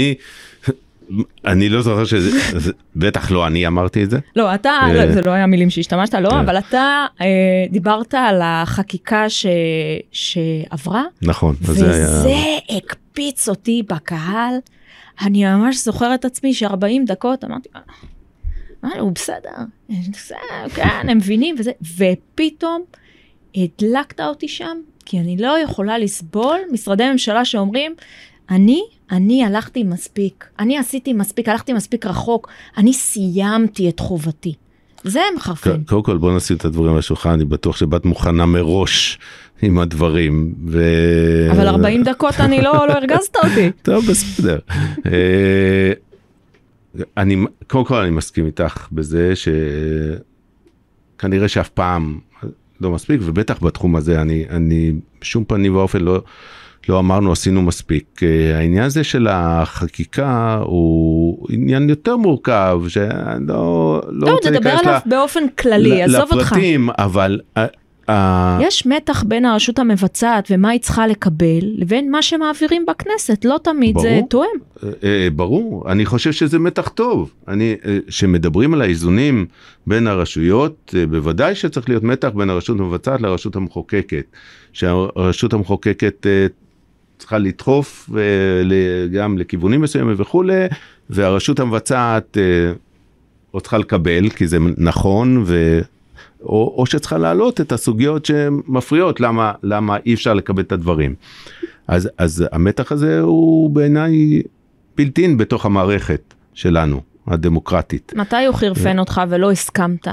אני לא זוכר שזה, בטח לא אני אמרתי את זה. לא, אתה, זה לא היה מילים שהשתמשת, לא, אבל אתה דיברת על החקיקה שעברה. נכון. וזה הקפיץ אותי בקהל. אני ממש זוכרת עצמי ש40 דקות, אמרתי, הוא בסדר, כן, הם מבינים וזה, ופתאום הדלקת אותי שם, כי אני לא יכולה לסבול משרדי ממשלה שאומרים, אני הלכתי מספיק, אני עשיתי מספיק, הלכתי מספיק רחוק, אני סיימתי את חובתי. זה מחרפן. קודם כל בוא נשים את הדברים על השולחן, אני בטוח שבאת מוכנה מראש עם הדברים. אבל 40 דקות אני לא הרגזת אותי. טוב, בסדר. קודם כל אני מסכים איתך בזה שכנראה שאף פעם לא מספיק, ובטח בתחום הזה אני בשום פנים ואופן לא אמרנו עשינו מספיק. העניין הזה של החקיקה הוא עניין יותר מורכב, שאני לא רוצה תדבר עליו באופן כללי, עזוב אותך. לפרטים, אבל... יש מתח בין הרשות המבצעת ומה היא צריכה לקבל, לבין מה שמעבירים בכנסת, לא תמיד זה תואם. ברור, אני חושב שזה מתח טוב. שמדברים על האיזונים בין הרשויות, בוודאי שצריך להיות מתח בין הרשות המבצעת לרשות המחוקקת. שהרשות המחוקקת צריכה לדחוף גם לכיוונים מסוימים וכו', והרשות המבצעת או צריכה לקבל, כי זה נכון, או שצריכה להעלות את הסוגיות שמפריעות, למה אי אפשר לקבל את הדברים. אז המתח הזה הוא בעיניי בלתי בתוך המערכת שלנו, הדמוקרטית. מתי הוא חירפן אותך ולא הסכמת?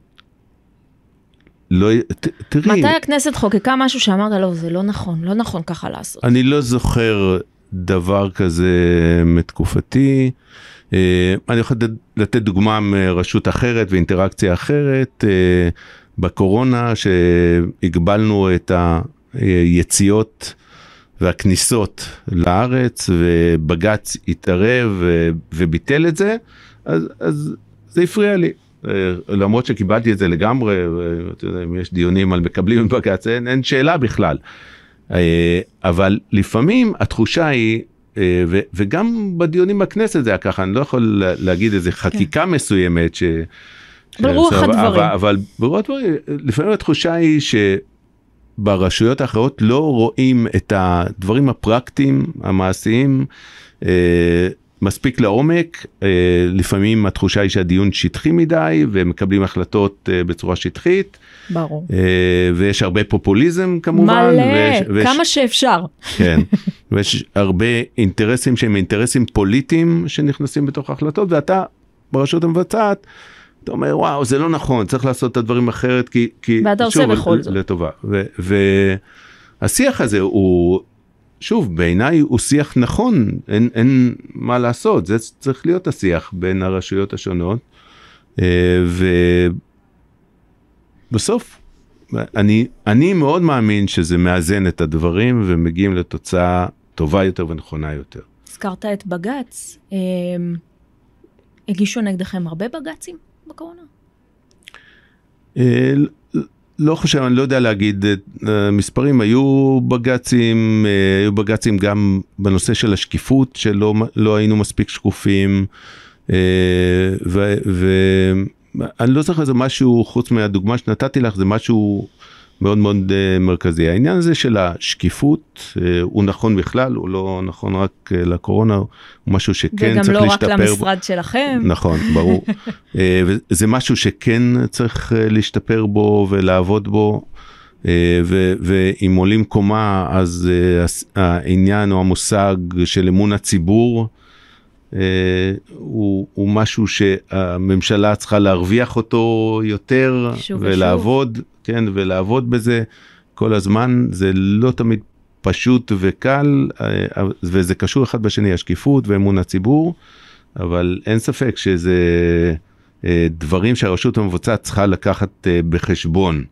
תראי. מתי הכנסת חוקקה משהו שאמרת, לא, זה לא נכון ככה לעשות? אני לא זוכר דבר כזה מתקופתי. אני יכול לתת דוגמה מרשות אחרת ואינטראקציה אחרת. בקורונה שהגבלנו את היציאות והכניסות לארץ, ובג"ץ התערב וביטל את זה, אז זה הפריע לי. למרות שקיבלתי את זה לגמרי, אם יש דיונים על מקבלים בג"ץ, אין שאלה בכלל. אבל לפעמים התחושה היא, וגם בדיונים בכנסת זה היה ככה, אני לא יכול להגיד איזה חקיקה מסוימת ברוח הדברים. אבל ברוח הדברים, לפעמים התחושה היא ברשויות האחרות לא רואים את הדברים הפרקטיים, המעשיים, מספיק לעומק. לפעמים התחושה היא שהדיון שטחי מדי, ומקבלים החלטות בצורה שטחית. ברור. ויש הרבה פופוליזם כמובן. מלא, כמה שאפשר. כן, ויש הרבה אינטרסים שהם אינטרסים פוליטיים שנכנסים בתוך ההחלטות, ואתה ברשות המבצעת, אתה אומר, וואו, זה לא נכון, צריך לעשות את הדברים אחרת, כי ואתה עושה בכל זאת. לטובה. והשיח הזה הוא, שוב, בעיניי הוא שיח נכון, אין מה לעשות, זה צריך להיות השיח בין הרשויות השונות, ובסוף, אני מאוד מאמין שזה מאזן את הדברים, ומגיעים לתוצאה טובה יותר ונכונה יותר. הזכרת את בג"ץ, הגישו נגדכם הרבה בג"צים בקורונה? לא חושב, אני לא יודע להגיד מספרים, היו בג"צים גם בנושא של השקיפות, שלא היינו מספיק שקופים, ואני לא זוכר, זה משהו, חוץ מהדוגמה שנתתי לך, זה משהו מאוד מאוד מרכזי. העניין הזה של השקיפות, הוא נכון בכלל, הוא לא נכון רק לקורונה, הוא משהו שכן צריך להשתפר. וגם לא רק למשרד שלכם. נכון, ברור. זה משהו שכן צריך להשתפר בו ולעבוד בו, ואם עולים קומה, אז העניין או המושג של אמון הציבור, הוא משהו שהממשלה צריכה להרוויח אותו יותר, ולעבוד, כן, ולעבוד בזה כל הזמן. זה לא תמיד פשוט וקל, וזה קשור אחד בשני, השקיפות ואמון הציבור, אבל אין ספק שזה דברים שהרשות המבצעת צריכה לקחת בחשבון,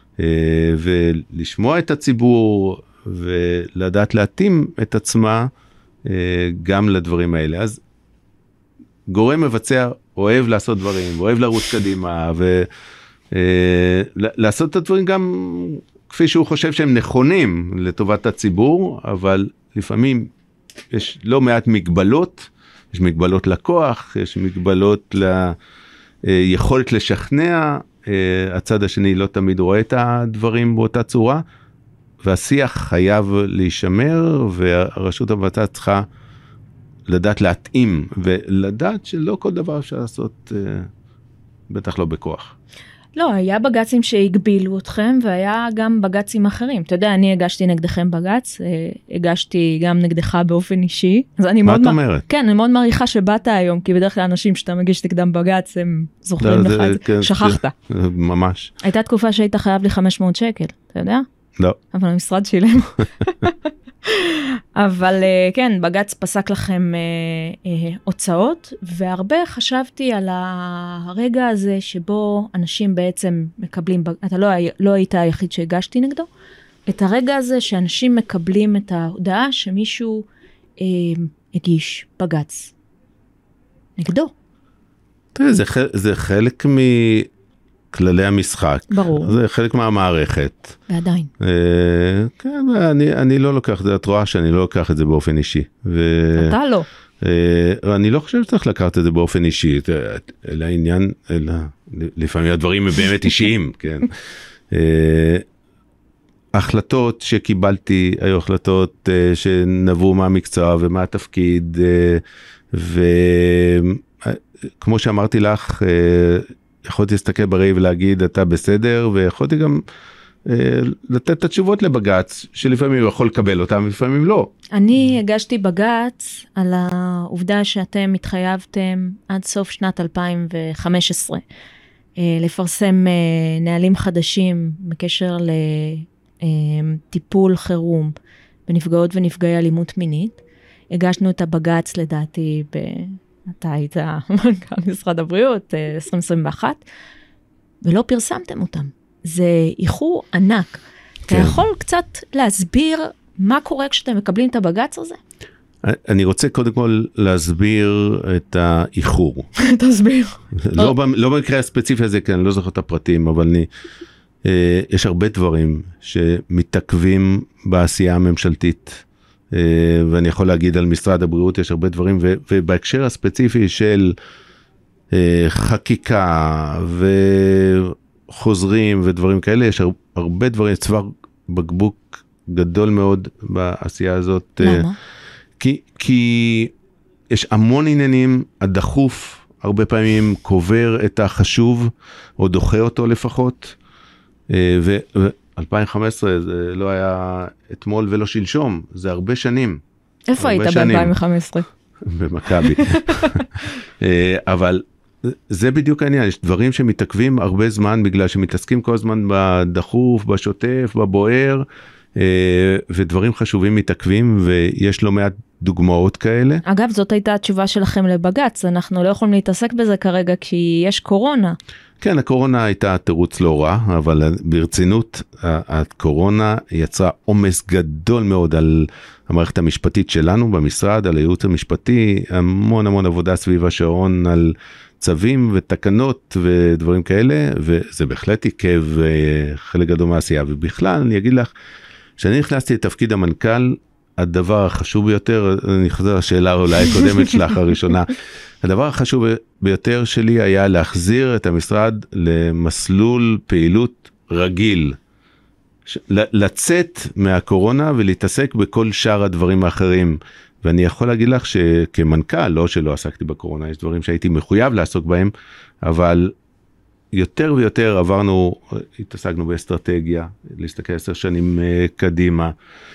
ולשמוע את הציבור, ולדעת להתאים את עצמה גם לדברים האלה. אז גורם מבצע אוהב לעשות דברים, אוהב לרוץ קדימה, ולעשות את הדברים גם כפי שהוא חושב שהם נכונים לטובת הציבור, אבל לפעמים יש לא מעט מגבלות, יש מגבלות לכוח, יש מגבלות ליכולת לשכנע, הצד השני לא תמיד רואה את הדברים באותה צורה, והשיח חייב להישמר, והרשות המבצעת צריכה לדעת להתאים, ולדעת שלא כל דבר אפשר לעשות, בטח לא בכוח. לא, היה בג"צים שהגבילו אתכם, והיה גם בג"צים אחרים. אתה יודע, אני הגשתי נגדכם בג"ץ, הגשתי גם נגדך באופן אישי. מה את אומרת? כן, אני מאוד מעריכה שבאת היום, כי בדרך כלל אנשים שאתה מגיש נגדם בג"ץ, הם זוכרים לך את זה. שכחת. ממש. הייתה תקופה שהיית חייב לי 500 שקל, אתה יודע? לא. אבל המשרד שילם. אבל כן, בג"ץ פסק לכם הוצאות, והרבה חשבתי על הרגע הזה שבו אנשים בעצם מקבלים, אתה לא היית היחיד שהגשתי נגדו, את הרגע הזה שאנשים מקבלים את ההודעה שמישהו הגיש בג"ץ נגדו. תראה, זה חלק כללי המשחק. ברור. זה חלק מהמערכת. ועדיין. כן, אני לא לוקח את זה, את רואה שאני לא לוקח את זה באופן אישי. אתה לא. אני לא חושב שצריך לקחת את זה באופן אישי, אלא העניין, לפעמים הדברים הם באמת אישיים, כן. החלטות שקיבלתי, היו החלטות שנבעו מהמקצוע ומהתפקיד, וכמו שאמרתי לך, יכולתי להסתכל בראי ולהגיד אתה בסדר, ויכולתי גם לתת את התשובות לבג"ץ, שלפעמים הוא יכול לקבל אותם, ולפעמים לא. אני הגשתי בג"ץ על העובדה שאתם התחייבתם עד סוף שנת 2015, לפרסם נהלים חדשים בקשר לטיפול חירום בנפגעות ונפגעי אלימות מינית. הגשנו את הבג"ץ לדעתי אתה היית מנכ"ל משרד הבריאות, 2021, ולא פרסמתם אותם. זה איחור ענק. אתה יכול קצת להסביר מה קורה כשאתם מקבלים את הבג"ץ הזה? אני רוצה קודם כל להסביר את האיחור. תסביר. לא במקרה הספציפי הזה, כי אני לא זוכר את הפרטים, אבל יש הרבה דברים שמתעכבים בעשייה הממשלתית, ואני יכול להגיד על משרד הבריאות, יש הרבה דברים, ובהקשר הספציפי של חקיקה וחוזרים ודברים כאלה, יש הרבה דברים, צוואר בקבוק גדול מאוד בעשייה הזאת. למה? כי יש המון עניינים, הדחוף הרבה פעמים קובר את החשוב, או דוחה אותו לפחות, ו-2015 זה לא היה אתמול ולא שלשום, זה הרבה שנים. איפה היית ב-2015? במכבי. אבל זה בדיוק העניין, יש דברים שמתעכבים הרבה זמן, בגלל שמתעסקים כל הזמן בדחוף, בשוטף, בבוער, ודברים חשובים מתעכבים, ויש לא מעט דוגמאות כאלה. אגב, זאת הייתה התשובה שלכם לבגץ, אנחנו לא יכולים להתעסק בזה כרגע, כי יש קורונה. כן, הקורונה הייתה תירוץ לא רע, אבל ברצינות, הקורונה יצרה עומס גדול מאוד על המערכת המשפטית שלנו במשרד, על הייעוץ המשפטי, המון עבודה סביב השעון על צווים ותקנות ודברים כאלה, וזה בהחלט עיכב חלק גדול מהעשייה. ובכלל, אני אגיד לך, כשאני נכנסתי לתפקיד המנכ"ל, הדבר החשוב ביותר, אני אחזור לשאלה אולי הקודמת שלך הראשונה, הדבר החשוב ביותר שלי היה להחזיר את המשרד למסלול פעילות רגיל, לצאת מהקורונה ולהתעסק בכל שאר הדברים האחרים. ואני יכול להגיד לך שכמנכ"ל, לא שלא עסקתי בקורונה, יש דברים שהייתי מחויב לעסוק בהם, אבל יותר ויותר התעסקנו באסטרטגיה, להסתכל 10 שנים קדימה,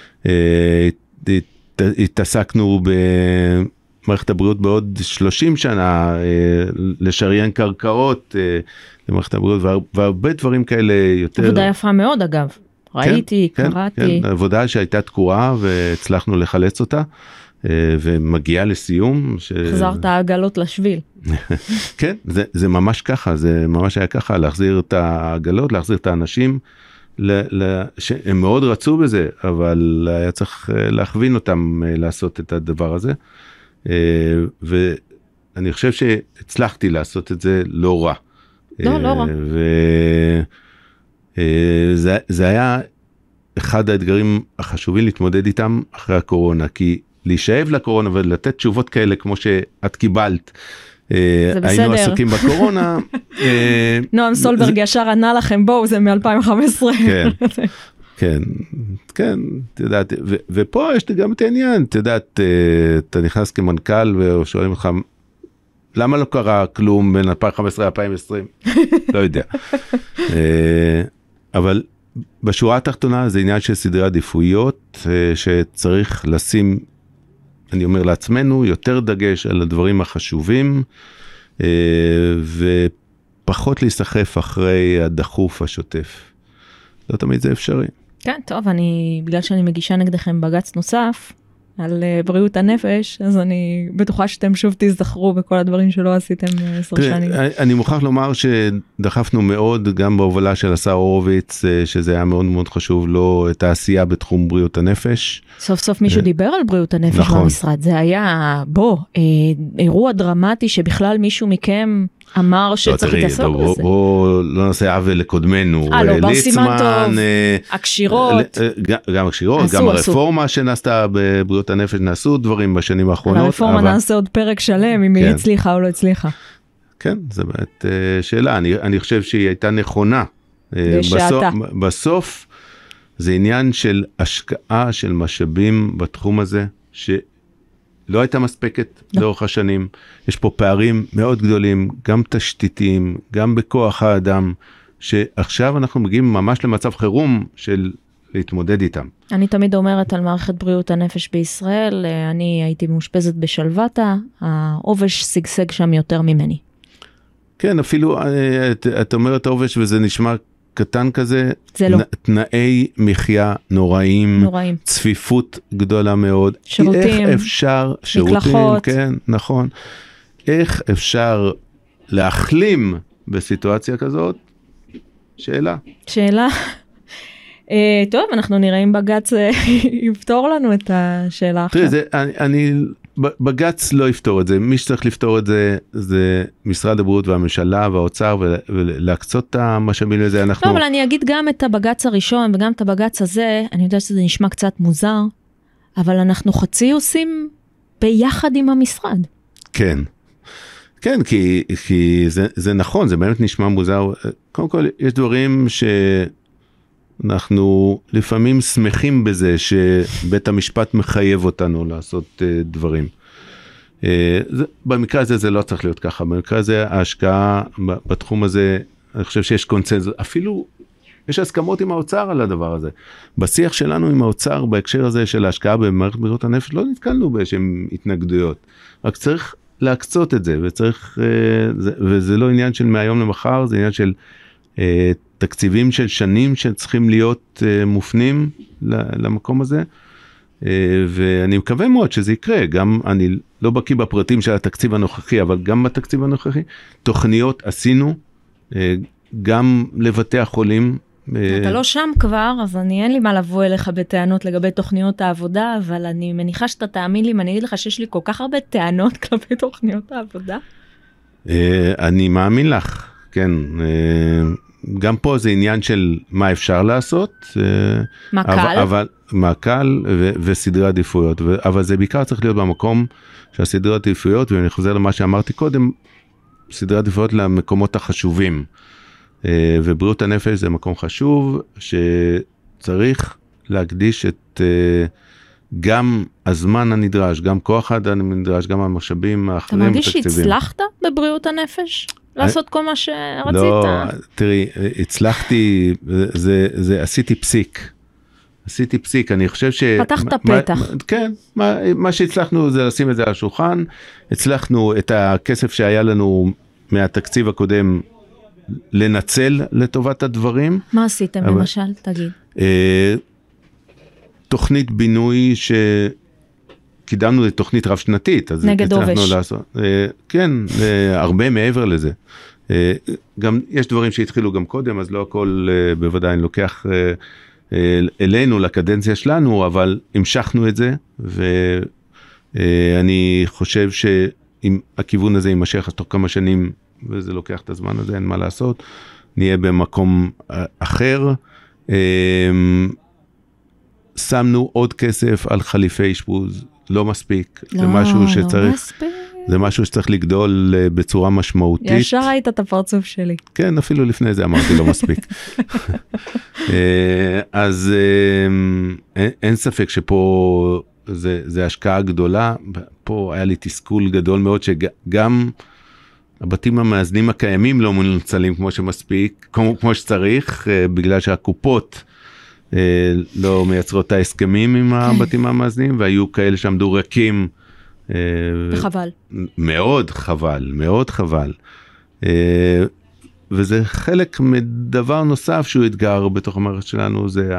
התעסקנו במערכת הבריאות בעוד 30 שנה, לשריין קרקעות למערכת הבריאות, והרבה דברים כאלה יותר... עבודה יפה מאוד אגב, ראיתי, קראתי. כן, עבודה שהייתה תקועה והצלחנו לחלץ אותה, ומגיעה לסיום. החזרת העגלות לשביל. כן, זה ממש ככה, זה ממש היה ככה, להחזיר את העגלות, להחזיר את האנשים, שהם מאוד רצו בזה, אבל היה צריך להכווין אותם לעשות את הדבר הזה, ואני חושב שהצלחתי לעשות את זה לא רע. לא רע. וזה היה אחד האתגרים החשובים להתמודד איתם אחרי הקורונה, כי להישאב לקורונה ולתת תשובות כאלה כמו שאת קיבלת, היינו עסוקים בקורונה. נועם סולברג ישר ענה לכם, בואו, זה מ-2015. כן, את יודעת, ופה יש גם את העניין, את יודעת, אתה נכנס כמנכ"ל ושואלים לך, למה לא קרה כלום בין 2015 ל-2020? לא יודע. אבל בשורה התחתונה זה עניין של סדרי עדיפויות, שצריך לשים, אני אומר לעצמנו, יותר דגש על הדברים החשובים, ופחות להיסחף אחרי הדחוף השוטף. לא תמיד זה אפשרי. כן, טוב, בגלל שאני מגישה נגדכם בגץ נוסף, על בריאות הנפש, אז אני בטוחה שאתם שוב תזכרו בכל הדברים שלא עשיתם 10 שנים. אני מוכרח לומר שדחפנו מאוד, גם בהובלה של השר הורוביץ, שזה היה מאוד מאוד חשוב לו, את העשייה בתחום בריאות הנפש. סוף סוף מישהו דיבר על בריאות הנפש במשרד, זה היה, אירוע דרמטי שבכלל מישהו מכם אמר שצריך להתעסק בזה. בוא לא נעשה עוול לקודמנו. בר סימן טוב, הקשירות. גם הקשירות, גם הרפורמה שנעשתה בבריאות הנפש, נעשו דברים בשנים האחרונות. הרפורמה נעשה עוד פרק שלם, אם היא הצליחה או לא הצליחה. כן, זו באמת שאלה. אני חושב שהיא הייתה נכונה. בשעתה. בסוף זה עניין של השקעה של משאבים בתחום הזה, לא הייתה מספקת לאורך השנים. יש פה פערים מאוד גדולים, גם תשתיתיים, גם בכוח האדם, שעכשיו אנחנו מגיעים ממש למצב חירום של להתמודד איתם. אני תמיד אומרת על מערכת בריאות הנפש בישראל, אני הייתי מאושפזת בשלוותה, העובש סגסג שם יותר ממני. כן, אפילו את אומרת העובש וזה נשמע קטן כזה, לא. תנאי מחיה נוראים, צפיפות גדולה מאוד. שירותים, איך אפשר, מקלחות. כן, נכון. איך אפשר להחלים בסיטואציה כזאת? שאלה. טוב, אנחנו נראה אם בגץ יפתור לנו את השאלה עכשיו. תראי, בגץ לא יפתור את זה, מי שצריך לפתור את זה, זה משרד הבריאות והממשלה והאוצר, ולהקצות את המשאבים לזה אנחנו... לא, אבל אני אגיד גם את הבגץ הראשון, וגם את הבגץ הזה, אני יודעת שזה נשמע קצת מוזר, אבל אנחנו חצי עושים ביחד עם המשרד. כן, כי זה נכון, זה באמת נשמע מוזר, קודם כל יש דברים אנחנו לפעמים שמחים בזה שבית המשפט מחייב אותנו לעשות דברים. במקרה הזה זה לא צריך להיות ככה, במקרה הזה ההשקעה בתחום הזה, אני חושב שיש קונצנזוס, אפילו יש הסכמות עם האוצר על הדבר הזה. בשיח שלנו עם האוצר בהקשר הזה של ההשקעה במערכת בריאות הנפש, לא נתקלנו באיזשהם התנגדויות, רק צריך להקצות את זה, וזה לא עניין של מהיום למחר, זה עניין של תקציבים של שנים שצריכים להיות מופנים למקום הזה, ואני מקווה מאוד שזה יקרה, גם אני לא בקיא בפרטים של התקציב הנוכחי, אבל גם בתקציב הנוכחי, תוכניות עשינו, גם לבתי החולים. אתה לא שם כבר, אז אין לי מה לבוא אליך בטענות לגבי תוכניות העבודה, אבל אני מניחה שאתה תאמין לי, אם אני אגיד לך שיש לי כל כך הרבה טענות כלפי תוכניות העבודה. אני מאמין לך, כן. גם פה זה עניין של מה אפשר לעשות. מה קל? מה קל וסדרי עדיפויות, אבל זה בעיקר צריך להיות במקום שהסדרי עדיפויות, ואני חוזר למה שאמרתי קודם, סדרי עדיפויות למקומות החשובים. ובריאות הנפש זה מקום חשוב שצריך להקדיש את גם הזמן הנדרש, גם כוח האדם הנדרש, גם המשאבים האחרים. אתה מרגיש שהצלחת בבריאות הנפש? לעשות כל מה שרצית? לא, תראי, הצלחתי, עשיתי פסיק, אני חושב פתחת פתח. כן, מה שהצלחנו זה לשים את זה על השולחן, הצלחנו את הכסף שהיה לנו מהתקציב הקודם, לנצל לטובת הדברים. מה עשיתם למשל? תגיד. תוכנית בינוי שקידמנו לתוכנית רב שנתית. נגד עובש. כן, הרבה מעבר לזה. גם יש דברים שהתחילו גם קודם, אז לא הכל בוודאי לוקח אלינו, לקדנציה שלנו, אבל המשכנו את זה, ואני חושב שאם הכיוון הזה יימשך, אז תוך כמה שנים, וזה לוקח את הזמן הזה, אין מה לעשות, נהיה במקום אחר. שמנו עוד כסף על חליפי אשפוז, לא מספיק, זה משהו שצריך, זה משהו שצריך לגדול בצורה משמעותית. ישר ראית את הפרצוף שלי. כן, אפילו לפני זה אמרתי לא מספיק. אז אין ספק שפה זה השקעה גדולה, פה היה לי תסכול גדול מאוד שגם הבתים המאזנים הקיימים לא מנוצלים כמו שמספיק, כמו שצריך, בגלל שהקופות לא מייצרות את ההסכמים עם הבתים המאזנים, והיו כאלה שעמדו ריקים. וחבל. מאוד חבל, מאוד חבל. וזה חלק מדבר נוסף שהוא אתגר בתוך המערכת שלנו, זה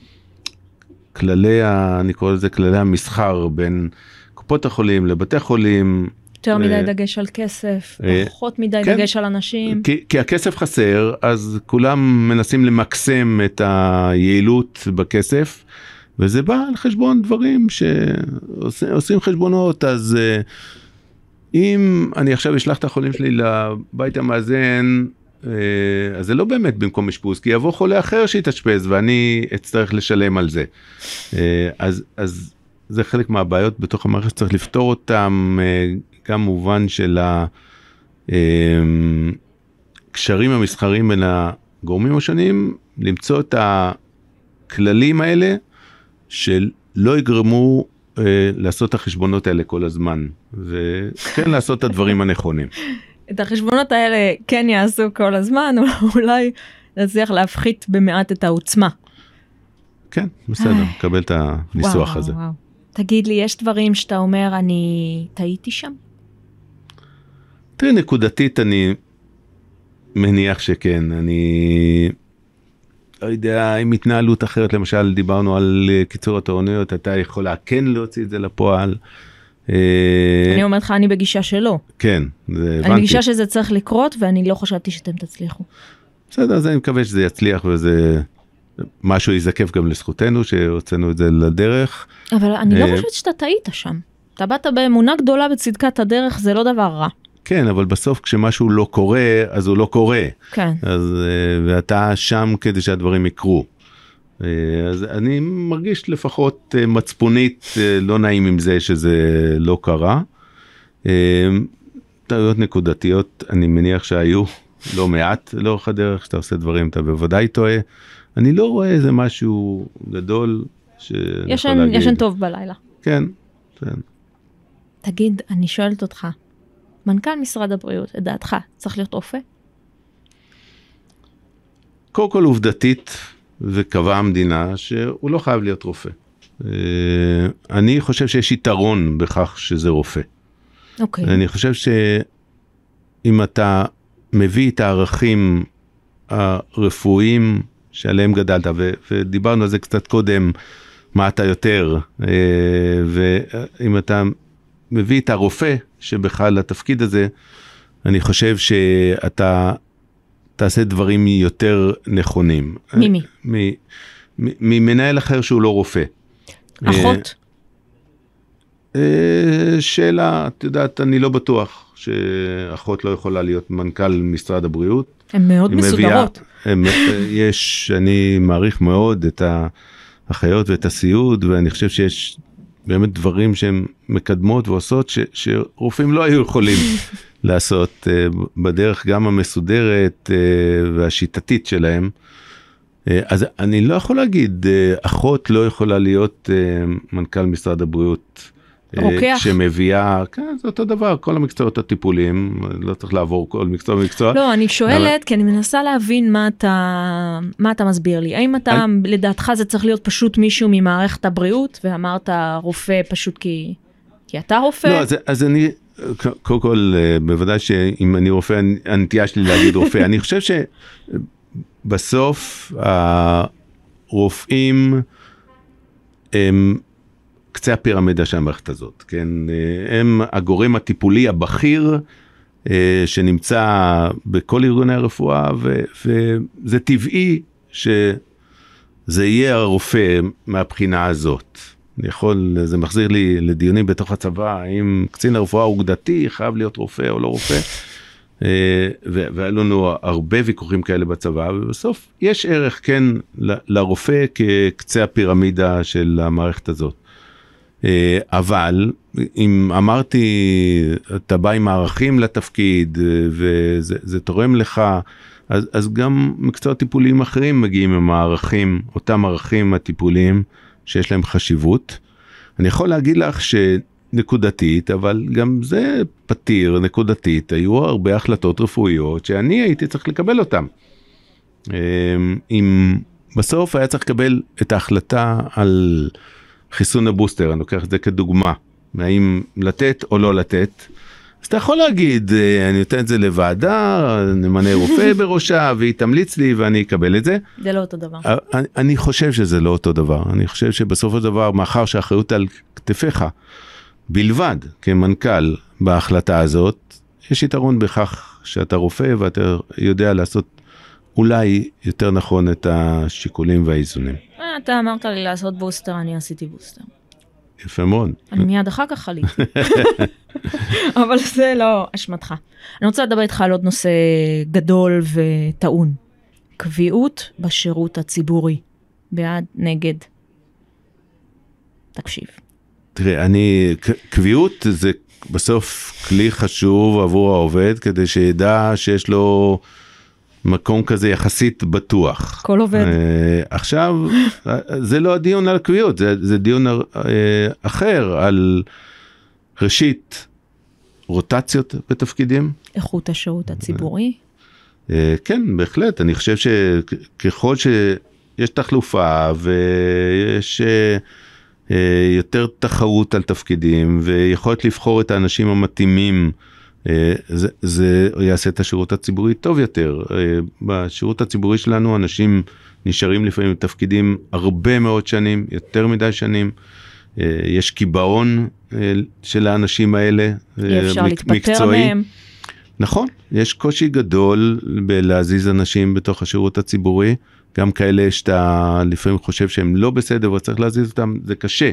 אני קורא לזה כללי המסחר בין קופות החולים לבתי חולים, יותר מדי דגש על כסף, פחות מדי דגש על אנשים. כי הכסף חסר, אז כולם מנסים למקסם את היעילות בכסף, וזה בא על חשבון דברים שעושים חשבונות, אז אם אני עכשיו אשלח את החולים שלי לבית המאזן, אז זה לא באמת במקום אשפוז, כי יבוא חולה אחר שיתאשפז, ואני אצטרך לשלם על זה. אז זה חלק מהבעיות בתוך המערכת שצריך לפתור אותם, גם מובן של הקשרים המסחריים בין הגורמים השונים, למצוא את הכללים האלה, שלא יגרמו לעשות את החשבונות האלה כל הזמן, וכן לעשות את הדברים הנכונים. את החשבונות האלה כן יעשו כל הזמן, אולי נצליח להפחית במעט את העוצמה. כן, בסדר, קבל את הניסוח הזה. וואו. תגיד לי, יש דברים שאתה אומר, אני טעיתי שם? תראי, נקודתית אני מניח שכן, אני לא יודע, עם התנהלות אחרת, למשל דיברנו על קיצור התורנויות, אתה יכולה כן להוציא את זה לפועל. אני אומרת לך, אני בגישה שלא. כן, זה הבנתי. אני בגישה שזה צריך לקרות, ואני לא חשבתי שאתם תצליחו. בסדר, אז אני מקווה שזה יצליח, וזה משהו יזקף גם לזכותנו, שהוצאנו את זה לדרך. אבל אני לא חושבת שאתה טעית שם. אתה באת באמונה גדולה בצדקת הדרך, זה לא דבר רע. כן, אבל בסוף כשמשהו לא קורה, אז הוא לא קורה. כן. ואתה שם כדי שהדברים יקרו. אז אני מרגיש לפחות מצפונית, לא נעים עם זה שזה לא קרה. טעויות נקודתיות, אני מניח שהיו לא מעט לאורך הדרך, שאתה עושה דברים, אתה בוודאי טועה, אני לא רואה איזה משהו גדול שאני יכול להגיד. ישן טוב בלילה. כן, כן. תגיד, אני שואלת אותך, מנכ"ל משרד הבריאות, לדעתך, צריך להיות רופא? קודם כל עובדתית, וקבעה המדינה שהוא לא חייב להיות רופא. אני חושב שיש יתרון בכך שזה רופא. אוקיי. אני חושב שאם אתה מביא את הערכים הרפואיים שעליהם גדלת, ודיברנו על זה קצת קודם, מה אתה יותר, ואם אתה מביא את הרופא שבכלל לתפקיד הזה, אני חושב שאתה תעשה דברים יותר נכונים. ממי? ממנהל אחר שהוא לא רופא. אחות? שאלה, את יודעת, אני לא בטוח שאחות לא יכולה להיות מנכ"ל משרד הבריאות. הן מאוד מסודרות. אני מעריך מאוד את האחיות ואת הסיעוד, ואני חושב שיש באמת דברים שהן מקדמות ועושות, שרופאים לא היו יכולים לעשות בדרך גם המסודרת והשיטתית שלהם. אז אני לא יכול להגיד, אחות לא יכולה להיות מנכ"ל משרד הבריאות. רוקח. שמביאה, כן, זה אותו דבר, כל המקצועות הטיפוליים, לא צריך לעבור כל מקצוע ומקצוע. לא, אני שואלת, כי אני מנסה להבין מה אתה מסביר לי. האם אתה, לדעתך זה צריך להיות פשוט מישהו ממערכת הבריאות, ואמרת רופא פשוט כי אתה רופא? לא, אז אני, קודם כל, בוודאי שאם אני רופא, הנטייה שלי להגיד רופא. אני חושב שבסוף הרופאים הם קצה הפירמידה של המערכת הזאת, כן? הם הגורם הטיפולי הבכיר שנמצא בכל ארגוני הרפואה, וזה טבעי שזה יהיה הרופא מהבחינה הזאת. זה מחזיר לי לדיונים בתוך הצבא, האם קצין הרפואה אוגדתי חייב להיות רופא או לא רופא, והיה לנו הרבה ויכוחים כאלה בצבא, ובסוף יש ערך כן לרופא כקצה הפירמידה של המערכת הזאת. אבל אם אמרתי, אתה בא עם הערכים לתפקיד וזה תורם לך, אז גם מקצועות טיפוליים אחרים מגיעים עם הערכים, אותם ערכים הטיפוליים שיש להם חשיבות. אני יכול להגיד לך שנקודתית, אבל גם זה פתיר נקודתית, היו הרבה החלטות רפואיות שאני הייתי צריך לקבל אותן. אם בסוף היה צריך לקבל את ההחלטה על חיסון הבוסטר, אני לוקח את זה כדוגמה, האם לתת או לא לתת, אז אתה יכול להגיד, אני נותן את זה לוועדה, נמנה רופא בראשה, והיא תמליץ לי ואני אקבל את זה. זה לא אותו דבר. אני חושב שזה לא אותו דבר, אני חושב שבסופו של דבר, מאחר שהאחריות על כתפיך, בלבד כמנכ"ל בהחלטה הזאת, יש יתרון בכך שאתה רופא ואתה יודע לעשות אולי יותר נכון את השיקולים והאיזונים. אתה אמרת לי לעשות בוסטר, אני עשיתי בוסטר. יפה מאוד. אני מיד אחר כך חליתי. אבל זה לא אשמתך. אני רוצה לדבר איתך על עוד נושא גדול וטעון. קביעות בשירות הציבורי. בעד, נגד. תקשיב. תראה, קביעות זה בסוף כלי חשוב עבור העובד, כדי שידע שיש לו מקום כזה יחסית בטוח. כל עובד. עכשיו, זה לא הדיון על הקביעות, זה דיון אחר, על ראשית, רוטציות בתפקידים. איכות השירות הציבורי. כן, בהחלט. אני חושב שככל שיש תחלופה ויש יותר תחרות על תפקידים, ויכולת לבחור את האנשים המתאימים, זה יעשה את השירות הציבורי טוב יותר. בשירות הציבורי שלנו אנשים נשארים לפעמים בתפקידים הרבה מאוד שנים, יותר מדי שנים. יש קיבעון של האנשים האלה, אי אפשר להתפטר מהם. נכון, יש קושי גדול בלהזיז אנשים בתוך השירות הציבורי, גם כאלה שאתה לפעמים חושב שהם לא בסדר וצריך להזיז אותם, זה קשה.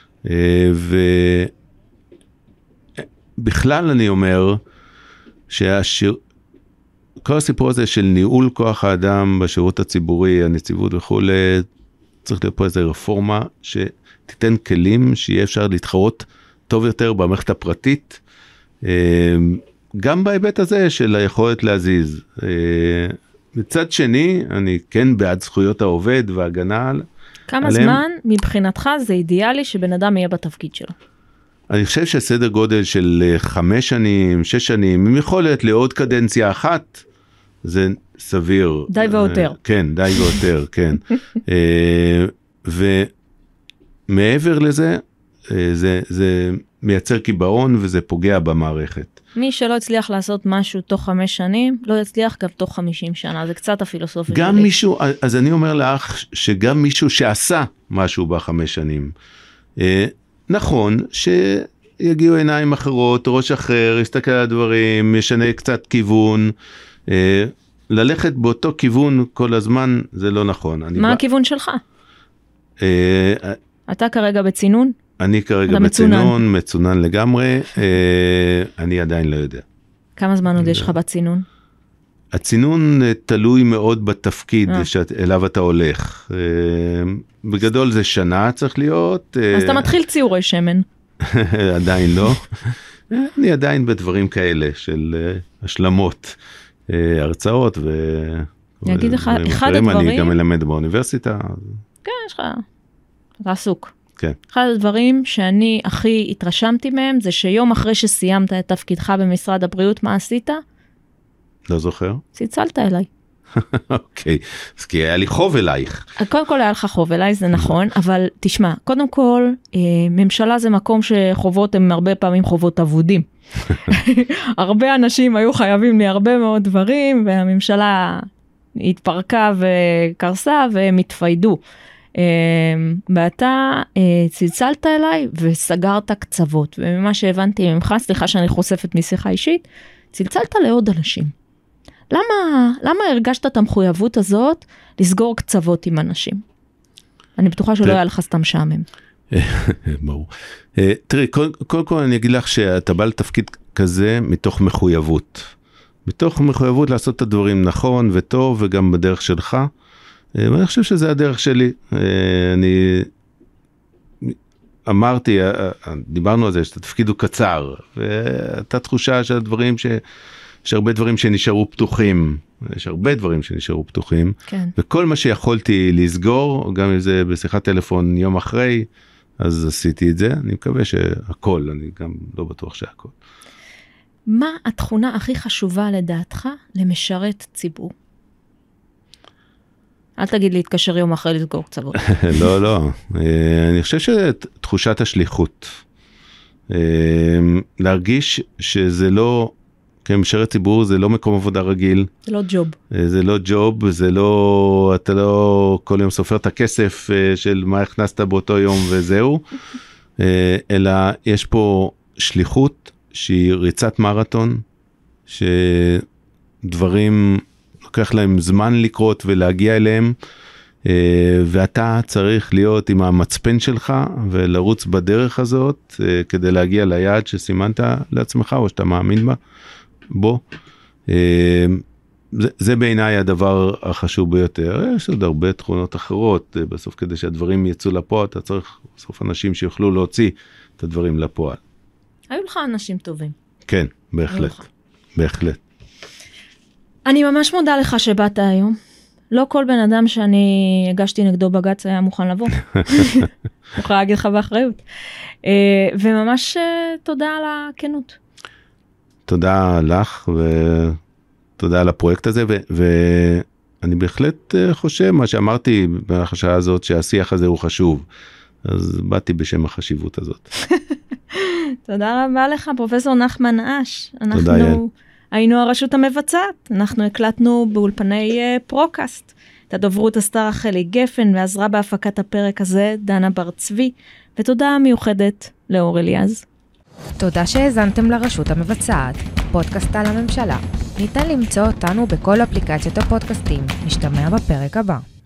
ובכלל אני אומר כל הסיפור הזה של ניהול כוח האדם בשירות הציבורי, הנציבות וכו', צריך להיות פה איזו רפורמה שתיתן כלים שיהיה אפשר להתחרות טוב יותר במערכת הפרטית, גם בהיבט הזה של היכולת להזיז. מצד שני, אני כן בעד זכויות העובד והגנה עליהם. כמה זמן מבחינתך זה אידיאלי שבן אדם יהיה בתפקיד שלו? אני חושב שסדר גודל של 5 שנים, 6 שנים, עם יכולת לעוד קדנציה אחת, זה סביר. די ויותר. כן, די ויותר, כן. ומעבר לזה, זה מייצר קיבעון וזה פוגע במערכת. מי שלא הצליח לעשות משהו תוך 5 שנים, לא יצליח גם תוך 50 שנה, זה קצת הפילוסופיה שלי. גם מישהו, אז אני אומר לך, שגם מישהו שעשה משהו ב5 שנים, נכון שיגיעו עיניים אחרות, ראש אחר, יסתכל על הדברים, ישנה קצת כיוון, ללכת באותו כיוון כל הזמן, זה לא נכון. מה הכיוון שלך? אתה כרגע בצינון? אני כרגע בצינון, מצונן לגמרי, אני עדיין לא יודע. כמה זמן עוד יש לך בצינון? הצינון תלוי מאוד בתפקיד שאליו אתה הולך. בגדול זה שנה צריך להיות. אז אתה מתחיל ציורי שמן. עדיין לא. אני עדיין בדברים כאלה של השלמות, הרצאות אני אגיד לך, אחד הדברים... אני גם מלמד באוניברסיטה. כן, יש לך... אתה עסוק. כן. אחד הדברים שאני הכי התרשמתי מהם, זה שיום אחרי שסיימת את תפקידך במשרד הבריאות, מה עשית? לא זוכר. צלצלת אליי. אוקיי, אז כי היה לי חוב אלייך. קודם כל היה לך חוב אליי, זה נכון, אבל תשמע, קודם כל, ממשלה זה מקום שחובות הם הרבה פעמים חובות אבודים. הרבה אנשים היו חייבים לי הרבה מאוד דברים, והממשלה התפרקה וקרסה והם התפיידו. ואתה צלצלת אליי וסגרת קצוות, וממה שהבנתי ממך, סליחה שאני חושפת משיחה אישית, צלצלת לעוד אנשים. למה הרגשת את המחויבות הזאת לסגור קצוות עם אנשים? אני בטוחה שלא היה לך סתם שעמם. ברור. תראי, קודם כל אני אגיד לך שאתה בא לתפקיד כזה מתוך מחויבות. מתוך מחויבות לעשות את הדברים נכון וטוב וגם בדרך שלך. ואני חושב שזה הדרך שלי. אני אמרתי, דיברנו על זה, שהתפקיד הוא קצר, והייתה תחושה של הדברים יש הרבה דברים שנשארו פתוחים, יש הרבה דברים שנשארו פתוחים, כן. וכל מה שיכולתי לסגור, גם אם זה בשיחת טלפון יום אחרי, אז עשיתי את זה, אני מקווה שהכל, אני גם לא בטוח שהכל. מה התכונה הכי חשובה לדעתך למשרת ציבור? אל תגיד להתקשר יום אחרי לסגור קצוות. לא. אני חושב שתחושת השליחות. להרגיש שזה לא, כמשרת ציבור, זה לא מקום עבודה רגיל. זה לא ג'וב. זה לא ג'וב, זה לא, אתה לא כל יום סופר את הכסף של מה הכנסת באותו יום וזהו. אלא יש פה שליחות שהיא ריצת מרתון, שדברים לוקח להם זמן לקרות ולהגיע אליהם, ואתה צריך להיות עם המצפן שלך ולרוץ בדרך הזאת כדי להגיע ליעד שסימנת לעצמך או שאתה מאמין בו. זה בעיניי הדבר החשוב ביותר. יש עוד הרבה תכונות אחרות, בסוף כדי שהדברים יצאו לפועל, אתה צריך בסוף אנשים שיוכלו להוציא את הדברים לפועל. היו לך אנשים טובים. כן, בהחלט. אני ממש מודה לך שבאת היום. לא כל בן אדם שאני הגשתי נגדו בגץ היה מוכן לבוא. יכולה להגיד לך באחריות. וממש תודה על הכנות. תודה לך ותודה על הפרויקט הזה, ואני בהחלט חושב מה שאמרתי במהלך השעה הזאת, שהשיח הזה הוא חשוב. אז באתי בשם החשיבות הזאת. תודה רבה לך, פרופסור נחמן אש. תודה, יעל. היינו הרשות המבצעת, אנחנו הקלטנו באולפני פרוקאסט. את הדוברות עשתה רחלי גפן, ועזרה בהפקת הפרק הזה דנה בר צבי, ותודה מיוחדת לאור אליעז. תודה שהאזנתם לרשות המבצעת, פודקאסט על הממשלה. ניתן למצוא אותנו בכל אפליקציות הפודקאסטים. נשתמע בפרק הבא.